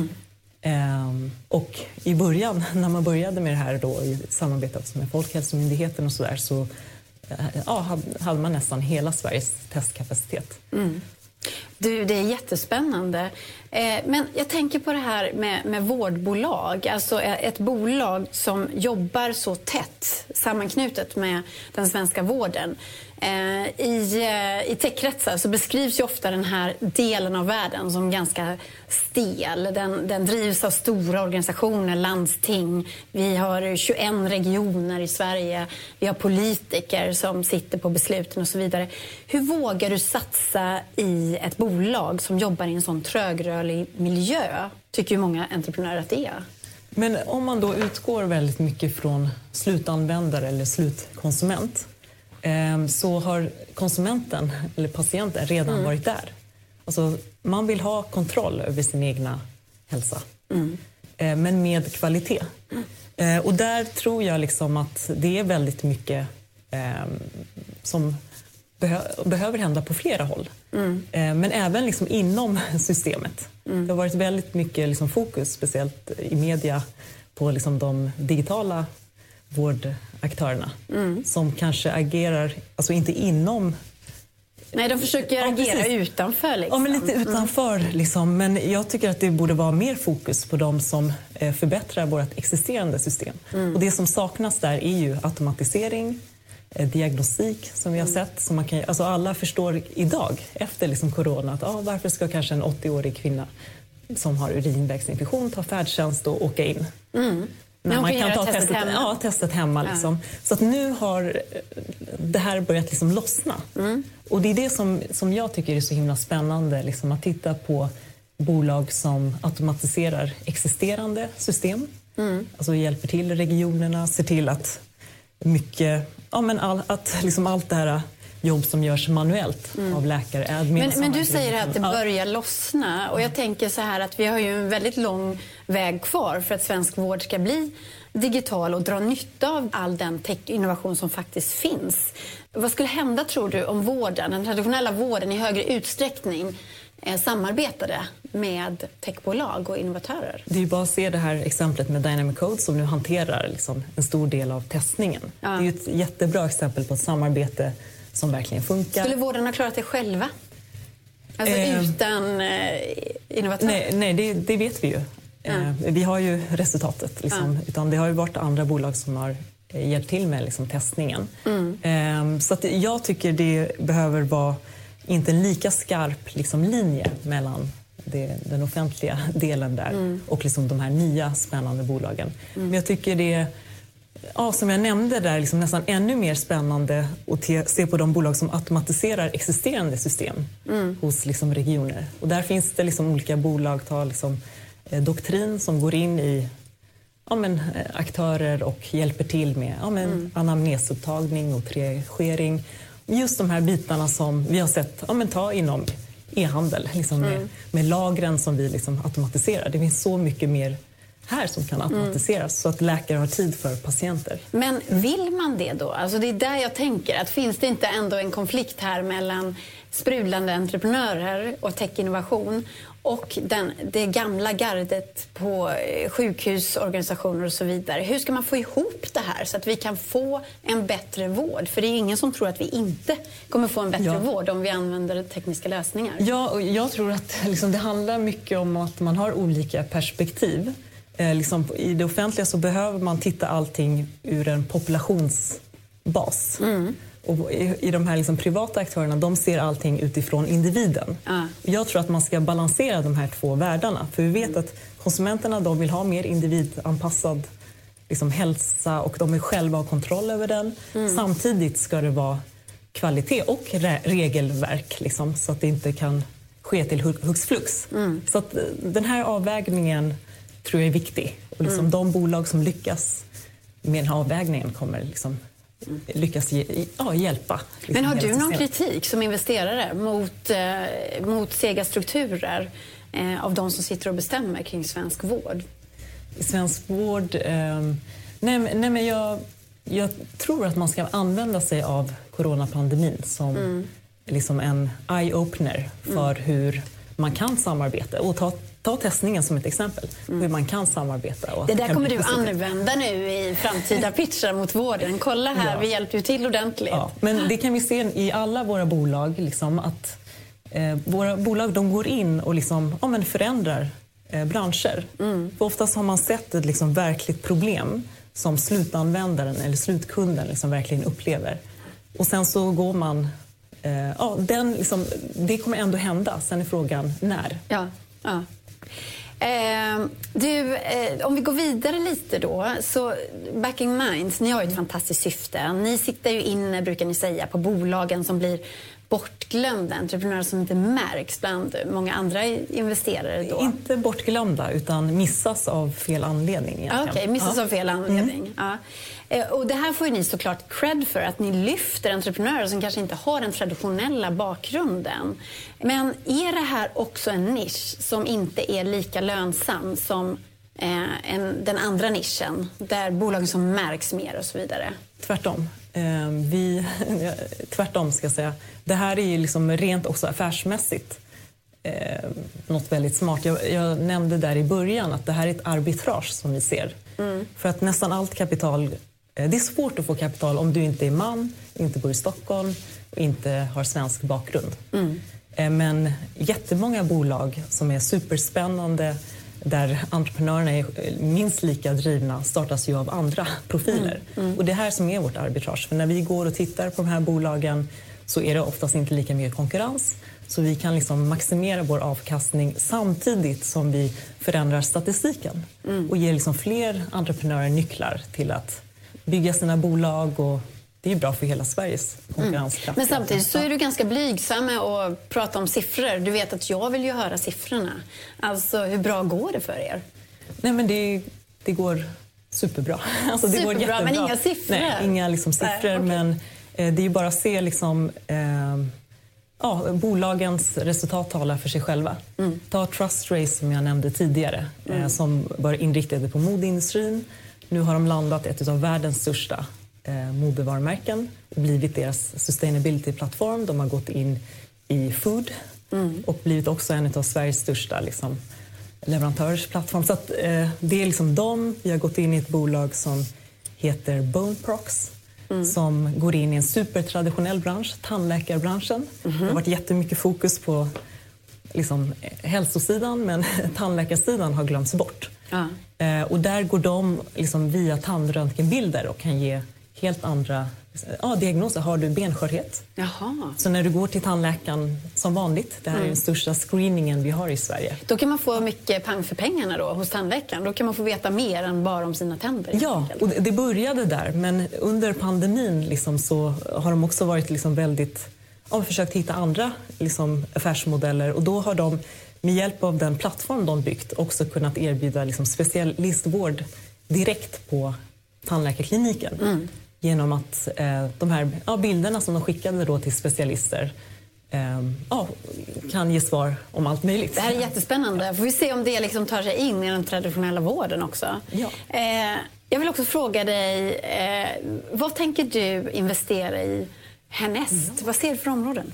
Och i början, när man började med det här då, i samarbete också med Folkhälsomyndigheten och sådär, så hade man nästan hela Sveriges testkapacitet. Du, det är jättespännande. Men jag tänker på det här med vårdbolag. Alltså ett bolag som jobbar så tätt sammanknutet med den svenska vården. I techkretsar så beskrivs ju ofta den här delen av världen som ganska stel. Den drivs av stora organisationer, landsting. Vi har 21 regioner i Sverige. Vi har politiker som sitter på besluten och så vidare. Hur vågar du satsa i ett bolag som jobbar i en sån trögrörlig miljö? Tycker ju många entreprenörer att det är. Men om man då utgår väldigt mycket från slutanvändare eller slutkonsument, så har konsumenten eller patienten redan varit där. Alltså, man vill ha kontroll över sin egna hälsa, men med kvalitet. Och där tror jag liksom att det är väldigt mycket som behöver hända på flera håll. Men även liksom inom systemet. Det har varit väldigt mycket liksom fokus, speciellt i media, på liksom de digitala vårdaktörerna som kanske agerar, alltså inte inom... Nej, de försöker agera utanför. Liksom. Ja, men lite utanför. Liksom. Men jag tycker att det borde vara mer fokus på de som förbättrar vårt existerande system. Och det som saknas där är ju automatisering, diagnostik som vi har sett. Som man kan, alltså alla förstår idag, efter liksom corona, att varför ska kanske en 80-årig kvinna som har urinvägsinfektion ta färdtjänst och åka in? Men man kan ta testet hemma. Liksom. Så att nu har det här börjat liksom lossna. Och det är det som jag tycker är så himla spännande. Liksom, att titta på bolag som automatiserar existerande system. Alltså hjälper till regionerna, ser till att mycket... Ja, men att liksom allt det här jobb som görs manuellt av läkare, admin. Men du säger att det börjar lossna. Och jag tänker så här att vi har ju en väldigt lång väg kvar för att svensk vård ska bli digital och dra nytta av all den tech-innovation som faktiskt finns. Vad skulle hända, tror du, om vården, den traditionella vården i högre utsträckning samarbetade med techbolag och innovatörer? Det är ju bara att se det här exemplet med Dynamic Code som nu hanterar liksom en stor del av testningen. Det är ju ett jättebra exempel på ett samarbete som verkligen funkar. Skulle vården ha klarat det själva? Alltså utan innovatörer? Nej, det vet vi ju. Vi har ju resultatet. Liksom. Utan det har ju varit andra bolag som har hjälpt till med liksom, testningen. Så att jag tycker det behöver vara inte en lika skarp liksom, linje mellan den offentliga delen där och liksom, de här nya spännande bolagen. Men jag tycker det är, som jag nämnde där, liksom, nästan ännu mer spännande att se på de bolag som automatiserar existerande system hos liksom, regioner. Och där finns det liksom, olika bolag, liksom, Doktrin som går in i aktörer och hjälper till med anamnesupptagning och triagering. Just de här bitarna som vi har sett ta inom e-handel liksom med lagren som vi liksom automatiserar. Det finns så mycket mer här som kan automatiseras så att läkare har tid för patienter. Men vill man det då? Alltså det är där jag tänker att finns det inte ändå en konflikt här mellan sprudlande entreprenörer och techinnovation och det gamla gardet på sjukhusorganisationer och så vidare. Hur ska man få ihop det här så att vi kan få en bättre vård? För det är ingen som tror att vi inte kommer få en bättre vård om vi använder tekniska lösningar. Ja, och jag tror att liksom, det handlar mycket om att man har olika perspektiv. Liksom, i det offentliga så behöver man titta allting ur en populationsbas. Och i de här liksom privata aktörerna, de ser allting utifrån individen. Jag tror att man ska balansera de här två världarna. För vi vet att konsumenterna, de vill ha mer individanpassad liksom, hälsa och de vill själva ha kontroll över den. Samtidigt ska det vara kvalitet och regelverk liksom, så att det inte kan ske till hux flux. Så att den här avvägningen tror jag är viktig. Och liksom, de bolag som lyckas med den här avvägningen kommer liksom, lyckas hjälpa. Liksom, men har du någon kritik som investerare mot sega strukturer av de som sitter och bestämmer kring svensk vård? Svensk vård? Nej, men jag tror att man ska använda sig av coronapandemin som liksom en eye-opener för hur man kan samarbeta och ta testningen som ett exempel. Hur man kan samarbeta. Och det där kommer du använda nu i framtida pitchar mot vården. Kolla här, vi hjälper ju till ordentligt. Ja, men det kan vi se i alla våra bolag. Liksom, att våra bolag de går in och liksom, förändrar branscher. För oftast har man sett ett liksom, verkligt problem som slutanvändaren eller slutkunden liksom, verkligen upplever. Och sen så går man... det kommer ändå hända. Sen är frågan när. Ja. Om vi går vidare lite då, så Backing Minds, ni har ju ett fantastiskt syfte. Ni siktar ju in, brukar ni säga, på bolagen som blir bortglömda, entreprenörer som inte märks bland många andra investerare då. Inte bortglömda, utan missas av fel anledning. Okej, missas av fel anledning. Ja. Och det här får ju ni såklart cred för, att ni lyfter entreprenörer som kanske inte har den traditionella bakgrunden. Men är det här också en nisch som inte är lika lönsam som den andra nischen, där bolagen som märks mer och så vidare? Tvärtom. Tvärtom ska jag säga. Det här är ju liksom rent också affärsmässigt något väldigt smart. Jag nämnde där i början att det här är ett arbitrage som vi ser. För att nästan allt kapital, det är svårt att få kapital om du inte är man, inte bor i Stockholm och inte har svensk bakgrund. Men jättemånga bolag som är superspännande, där entreprenörerna är minst lika drivna, startas ju av andra profiler. Och det här som är vårt arbitrage. För när vi går och tittar på de här bolagen så är det oftast inte lika mycket konkurrens. Så vi kan liksom maximera vår avkastning samtidigt som vi förändrar statistiken. Och ger liksom fler entreprenörer nycklar till att bygga sina bolag, och det är bra för hela Sveriges konkurrenskraft. Men samtidigt så är du ganska blygsam med att prata om siffror. Du vet att jag vill ju höra siffrorna. Alltså, hur bra går det för er? Nej, men det går superbra. Alltså, det går jättebra. Men inga siffror? Nej, inga liksom siffror. Nej, okay. Men det är ju bara att se liksom, bolagens resultat talar för sig själva. Ta Trust Race som jag nämnde tidigare, som var inriktade på modeindustrin. Nu har de landat ett av världens största modevarumärken och blivit deras sustainability-plattform. De har gått in i food och blivit också en av Sveriges största liksom, leverantörsplattform. Så att, det är liksom vi har gått in i ett bolag som heter Boneprox, som går in i en supertraditionell bransch, tandläkarbranschen. Det har varit jättemycket fokus på liksom, hälsosidan, men tandläkarsidan har glömts bort. Och där går de liksom, via tandröntgenbilder och kan ge helt andra diagnoser. Har du benskörhet? Jaha. Så när du går till tandläkaren som vanligt, det här är den största screeningen vi har i Sverige. Då kan man få mycket pang för pengarna då hos tandläkaren. Då kan man få veta mer än bara om sina tänder. Ja, och det började där. Men under pandemin liksom, så har de också varit liksom, väldigt... försökt hitta andra liksom, affärsmodeller. Och då har de med hjälp av den plattform de byggt också kunnat erbjuda liksom, specialistvård direkt på tandläkarkliniken. Genom att de här bilderna som de skickade då till specialister kan ge svar om allt möjligt. Det här är jättespännande. Får vi se om det liksom tar sig in i den traditionella vården också. Ja. Jag vill också fråga dig, vad tänker du investera i härnäst? Vad ser du för områden?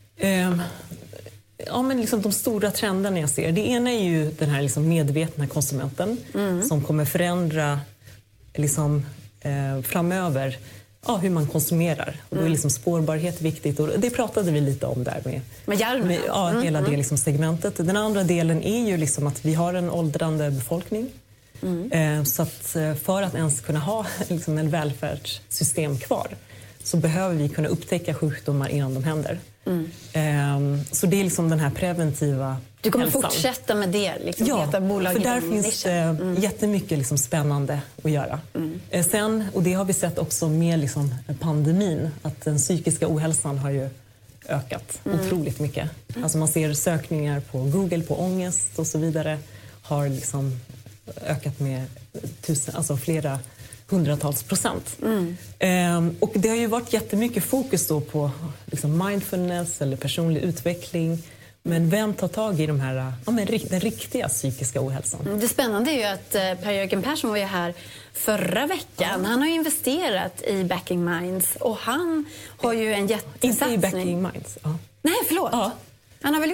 Men liksom de stora trenderna jag ser. Det ena är ju den här liksom medvetna konsumenten som kommer förändra liksom, framöver hur man konsumerar. Och då är liksom spårbarhet viktigt. Och det pratade vi lite om där med hela det liksom segmentet. Den andra delen är ju liksom att vi har en åldrande befolkning. Så att för att ens kunna ha liksom en välfärdssystem kvar så behöver vi kunna upptäcka sjukdomar innan de händer. Så det är liksom den här preventiva Du kommer hälsan. Fortsätta med det? Liksom, ja, för där finns jättemycket liksom spännande att göra. Sen, och det har vi sett också med liksom pandemin, att den psykiska ohälsan har ju ökat otroligt mycket. Alltså man ser sökningar på Google på ångest och så vidare har liksom ökat med flera hundratals procent. Och det har ju varit jättemycket fokus då på liksom mindfulness eller personlig utveckling. Men vem tar tag i de här, den riktiga psykiska ohälsan? Det spännande är ju att Per-Jörgen Persson var ju här förra veckan. Han har ju investerat i Backing Minds och han har ju en jättesatsning. Inte i Backing Minds. Nej, förlåt. Han har väl gjort det?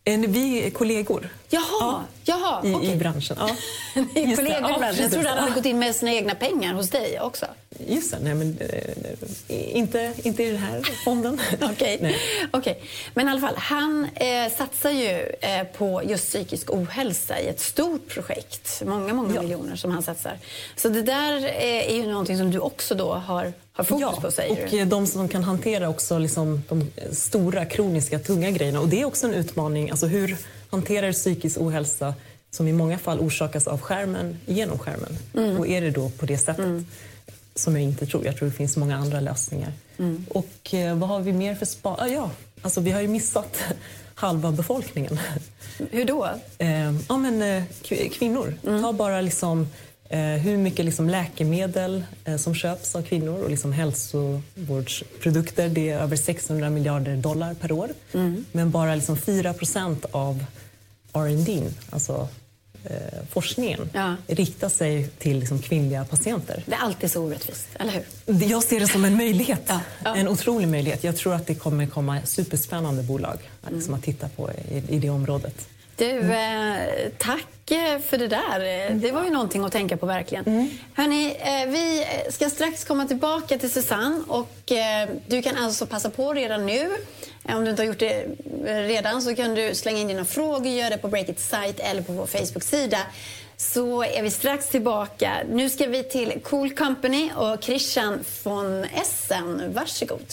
Vi är kollegor. Jaha, i branschen. Ja. Ni är kollegor i branschen. Jag trodde han hade gått in med sina egna pengar hos dig också. Just det, nej, men inte i den här fonden. Okej. Men i alla fall, han satsar ju på just psykisk ohälsa i ett stort projekt. Många miljoner som han satsar. Så det där är ju någonting som du också då har fokus på, säger du. Och de som kan hantera också liksom de stora, kroniska, tunga grejerna. Och det är också en utmaning. Alltså hur hanterar psykisk ohälsa som i många fall orsakas av skärmen genom skärmen? Och är det då på det sättet? Som jag inte tror. Jag tror det finns många andra lösningar. Och vad har vi mer för alltså vi har ju missat halva befolkningen. Hur då? Kvinnor. Ta bara liksom hur mycket liksom läkemedel som köps av kvinnor och liksom hälsovårdsprodukter. Det är över $600 miljarder per år. Men bara liksom 4% av R&D, alltså forskningen, riktar sig till liksom kvinnliga patienter. Det är alltid så orättvist, eller hur? Jag ser det som en möjlighet. En otrolig möjlighet. Jag tror att det kommer komma superspännande bolag liksom att titta på i det området. Du, tack för det där. Det var ju någonting att tänka på verkligen. Hörrni, vi ska strax komma tillbaka till Susanne och du kan alltså passa på redan nu. Om du inte har gjort det redan så kan du slänga in dina frågor, gör det på Breakits sajt eller på vår Facebook-sida. Så är vi strax tillbaka. Nu ska vi till Cool Company och Christian von Essen. Varsågod.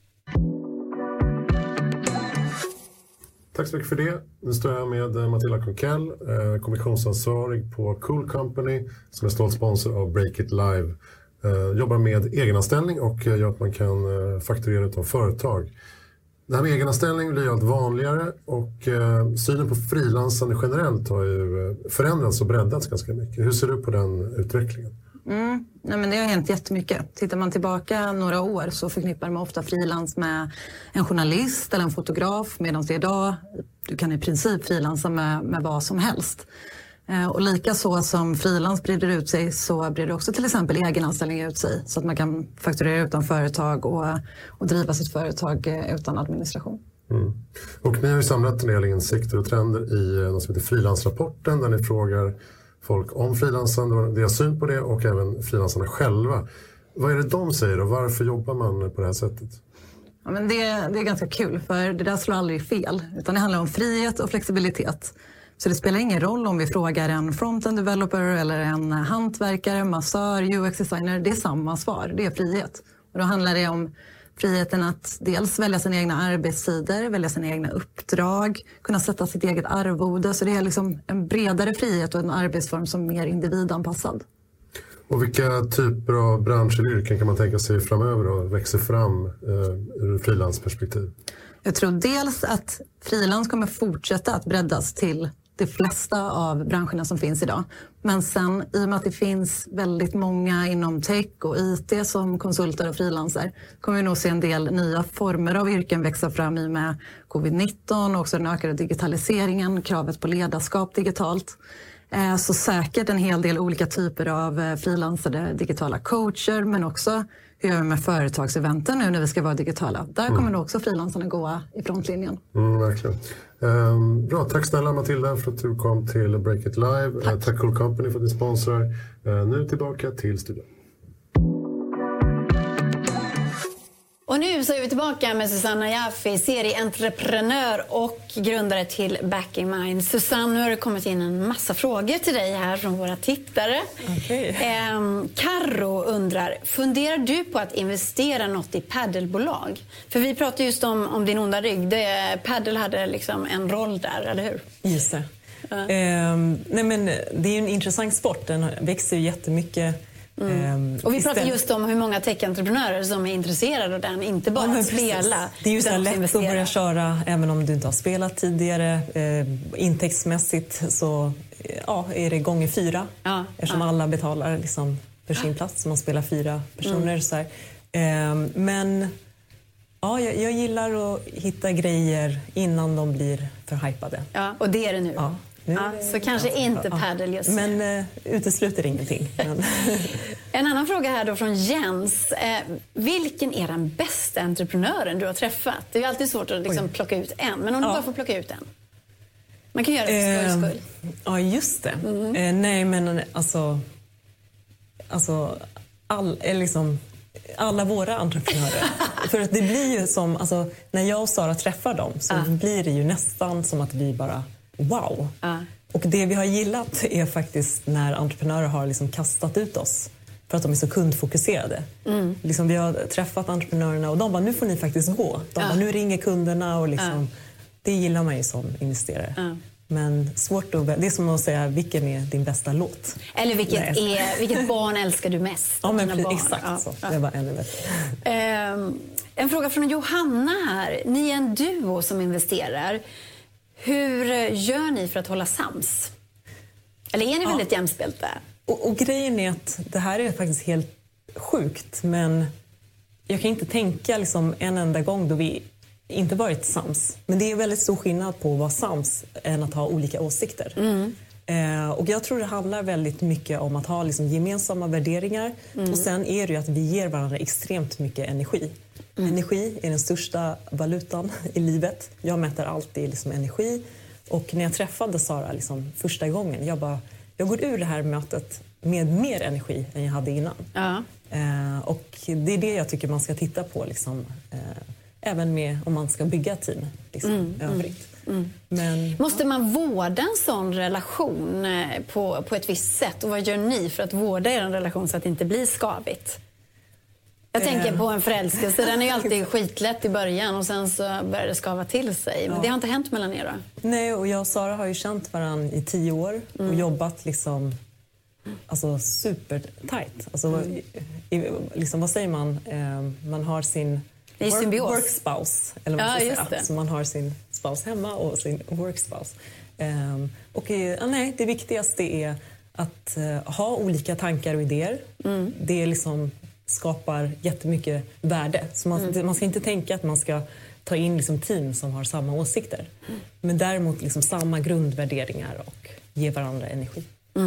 Tack så mycket för det. Nu står jag med Matilda Konkell, kommunikationsansvarig på Cool Company som är stolt sponsor av Breakit Live. Jobbar med egenanställning och gör att man kan fakturera utav företag. Det här med egenanställning blir allt vanligare och synen på frilansande generellt har ju förändrats och breddats ganska mycket. Hur ser du på den utvecklingen? Nej, men det har hänt jättemycket. Tittar man tillbaka några år så förknippar man ofta frilans med en journalist eller en fotograf, medan det idag du kan i princip frilansa med vad som helst. Och lika så som frilans breder ut sig så breder också till exempel egenanställning ut sig så att man kan fakturera utan företag och driva sitt företag utan administration. Och ni har ju samlat en del insikter och trender i något som heter frilansrapporten där ni frågar folk om frilansande, deras syn på det och även frilansarna själva. Vad är det de säger och varför jobbar man på det här sättet? Ja, men det är ganska kul för det där slår aldrig fel utan det handlar om frihet och flexibilitet. Så det spelar ingen roll om vi frågar en front-end developer eller en hantverkare, massör, UX-designer. Det är samma svar, det är frihet. Och då handlar det om friheten att dels välja sina egna arbetstider, välja sina egna uppdrag, kunna sätta sitt eget arvode. Så det är liksom en bredare frihet och en arbetsform som är mer individanpassad. Och vilka typer av branscher eller yrken kan man tänka sig framöver och växer fram ur frilansperspektiv? Jag tror dels att frilans kommer fortsätta att breddas till de flesta av branscherna som finns idag. Men sen i och med att det finns väldigt många inom tech och IT som konsulter och frilansar kommer vi nog se en del nya former av yrken växa fram i med covid-19 och också den ökade digitaliseringen, kravet på ledarskap digitalt. Så säkert en hel del olika typer av frilansade digitala coacher men också hur gör vi med företagseventen nu när vi ska vara digitala. Där kommer nog också frilansarna gå i frontlinjen. Verkligen. Bra, tack snälla Matilda för att du kom till Breakit Live. Tack Cool Company för att ni sponsrar. Nu tillbaka till studion. Och nu så är vi tillbaka med Susanne Jaffe, serieentreprenör och grundare till Backing Mind. Susanne, nu har det kommit in en massa frågor till dig här från våra tittare. Okay. Karro undrar, funderar du på att investera något i paddelbolag? För vi pratade just om din onda rygg. Paddel hade liksom en roll där, eller hur? Just det. Nej, men det är en intressant sport. Den växer ju jättemycket. Och vi pratar just om hur många tech-entreprenörer som är intresserade av den, inte bara att spela. Det är ju så lätt att börja köra även om du inte har spelat tidigare. Intäktsmässigt så är det gånger 4 eftersom alla betalar liksom för sin plats. Man spelar 4 personer. Så här. Men jag gillar att hitta grejer innan de blir för hypade. Ja, och det är det nu. Ja. Så kanske inte paddel just nu. Men utesluter ingenting. En annan fråga här då från Jens. Vilken är den bästa entreprenören du har träffat? Det är ju alltid svårt att liksom plocka ut en. Men om du bara får plocka ut en. Man kan göra det för skull. Ja, just det. Nej, men alltså alla våra entreprenörer. För att det blir ju som, alltså, när jag och Sara träffar dem så blir det ju nästan som att vi bara, wow. Och det vi har gillat är faktiskt när entreprenörer har liksom kastat ut oss för att de är så kundfokuserade. Liksom, vi har träffat entreprenörerna och de bara, nu får ni faktiskt gå. De bara, nu ringer kunderna och liksom, det gillar man ju som investerare. Men svårt att, det är som att säga, vilken är din bästa låt? Eller vilket barn älskar du mest? Ja, men exakt så. Det var ännu bättre. En fråga från Johanna här. Ni är en duo som investerar. Hur gör ni för att hålla sams? Eller är ni väldigt jämspelta? Och grejen är att det här är faktiskt helt sjukt. Men jag kan inte tänka liksom en enda gång då vi inte varit sams. Men det är väldigt stor skillnad på att vara sams än att ha olika åsikter. Och jag tror det handlar väldigt mycket om att ha liksom gemensamma värderingar. Och sen är det ju att vi ger varandra extremt mycket energi. Energi är den största valutan i livet. Jag mäter alltid liksom energi. Och när jag träffade Sara liksom första gången, jag går ur det här mötet med mer energi än jag hade innan. Och det är det jag tycker man ska titta på liksom, även med om man ska bygga team liksom, övrigt. Men, måste man vårda en sån relation på ett visst sätt? Och vad gör ni för att vårda er relation så att det inte blir skavigt? Jag tänker på en förälskelse. Den är ju alltid skitlätt i början och sen så börjar det skava till sig. Men det har inte hänt mellan er då? Nej, och jag och Sara har ju känt varandra i 10 år och jobbat liksom, alltså supertajt. Alltså, liksom, vad säger man? Man har sin work spouse, eller vad man ska säga. Så man har sin spouse hemma och sin work spouse. Nej, det viktigaste är att ha olika tankar och idéer. Det är liksom skapar jättemycket värde. Så man ska inte tänka att man ska ta in liksom team som har samma åsikter. Men däremot liksom samma grundvärderingar och ge varandra energi.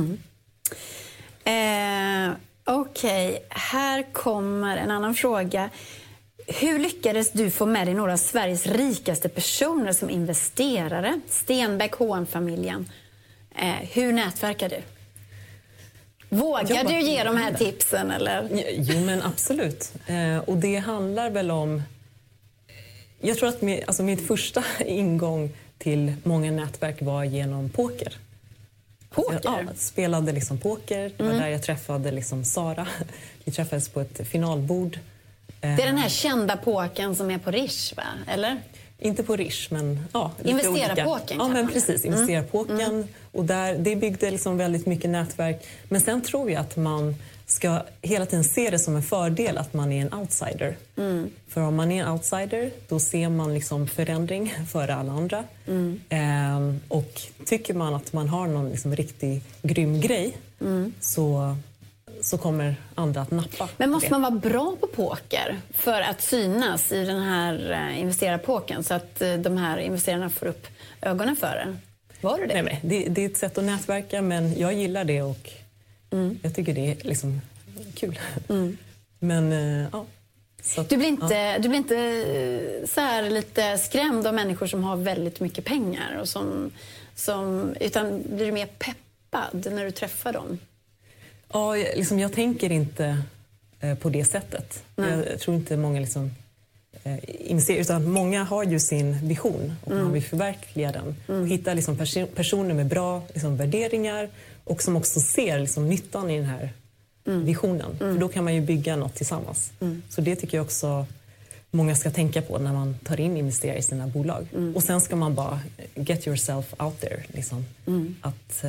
Okej, här kommer en annan fråga. Hur lyckades du få med dig några av Sveriges rikaste personer som investerare? Stenbeck, H&M-familjen. Hur nätverkar du? Vågar du ge de här tipsen? Eller? Jo, men absolut. Och det handlar väl om... Jag tror att mitt första ingång till många nätverk var genom poker. Poker? Jag spelade liksom poker. Det var där jag träffade liksom Sara. Vi träffades på ett finalbord. Det är den här kända pokern som är på Rish, va? Eller? Inte på Rish, men Investera-pokern. Ja, men precis. Investera-pokern. Och det byggde liksom väldigt mycket nätverk. Men sen tror jag att man ska hela tiden se det som en fördel att man är en outsider. För om man är en outsider, då ser man liksom förändring före alla andra. Och tycker man att man har någon liksom riktig grym grej så kommer andra att nappa. Men måste man vara bra på poker för att synas i den här investerarpokern så att de här investerarna får upp ögonen för en? Var det det? Nej, det är ett sätt att nätverka, men jag gillar det och jag tycker det är liksom kul. Men ja. Så, du blir inte så här lite skrämd av människor som har väldigt mycket pengar och utan blir du mer peppad när du träffar dem? Ja, liksom, jag tänker inte på det sättet. Jag tror inte många liksom, investerar, utan många har ju sin vision och man vill förverkliga den. Och hitta liksom, personer med bra liksom, värderingar och som också ser liksom, nyttan i den här visionen. För då kan man ju bygga något tillsammans. Så det tycker jag också många ska tänka på när man tar in investerare i sina bolag. Och sen ska man bara get yourself out there. Liksom. Att...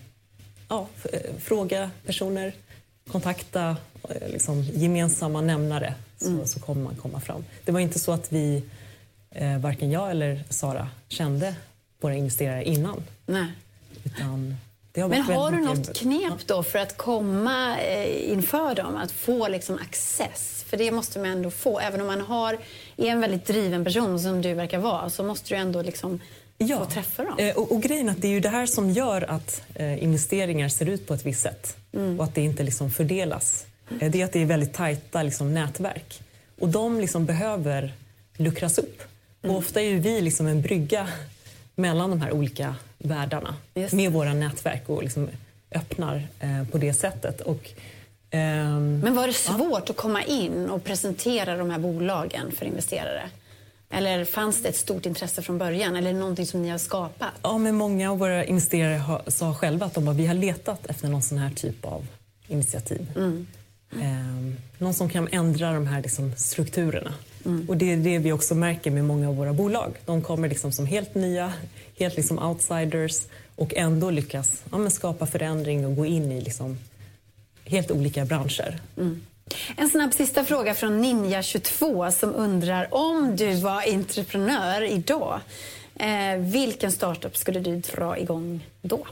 fråga personer, kontakta liksom, gemensamma nämnare så kommer man komma fram. Det var inte så att vi, varken jag eller Sara, kände våra investerare innan. Nej. Utan det har men har du något knep då för att komma inför dem, att få liksom access? För det måste man ändå få, även om man är en väldigt driven person som du verkar vara, så måste du ändå liksom... få träffa dem. Och grejen är att det är ju det här som gör att investeringar ser ut på ett visst sätt. Och att det inte liksom fördelas. Det är att det är väldigt tajta liksom, nätverk. Och de liksom behöver luckras upp. Och ofta är ju vi liksom en brygga mellan de här olika världarna med våra nätverk och liksom öppnar på det sättet. Och, men var det svårt att komma in och presentera de här bolagen för investerare? Eller fanns det ett stort intresse från början? Eller någonting som ni har skapat? Ja, men många av våra investerare sa själva att vi har letat efter någon sån här typ av initiativ. Någon som kan ändra de här liksom strukturerna. Och det är det vi också märker med många av våra bolag. De kommer liksom som helt nya, helt liksom outsiders och ändå lyckas skapa förändring och gå in i liksom helt olika branscher. En snabb sista fråga från Ninja22 som undrar om du var entreprenör idag. Vilken startup skulle du dra igång då?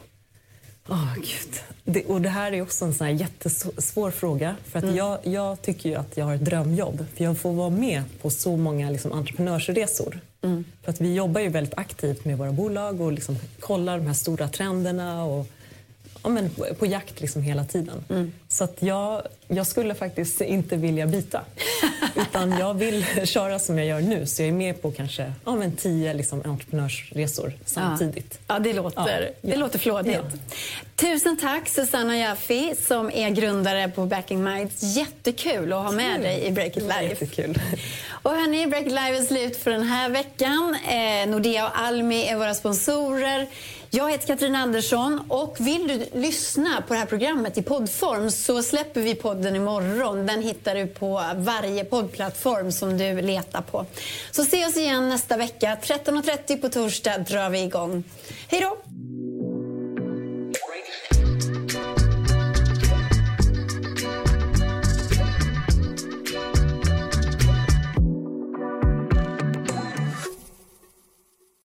Gud. Och det här är också en sån här jättesvår fråga. För att jag tycker ju att jag har ett drömjobb. För jag får vara med på så många liksom, entreprenörsresor. För att vi jobbar ju väldigt aktivt med våra bolag och liksom kollar de här stora trenderna och på jakt liksom hela tiden. Så att jag skulle faktiskt inte vilja byta. Utan jag vill köra som jag gör nu. Så jag är med på kanske 10 liksom, entreprenörsresor samtidigt. Ja, det låter flådigt. Ja. Tusen tack Susanna Jaffe som är grundare på Backing Minds. Jättekul att ha med dig i Break It Live. Jättekul. Och hörni, Break It Live är slut för den här veckan. Nordea och Almi är våra sponsorer. Jag heter Katarina Andersson och vill du lyssna på det här programmet i poddform så släpper vi podden imorgon. Den hittar du på varje poddplattform som du letar på. Så se oss igen nästa vecka. 13.30 på torsdag drar vi igång. Hej då!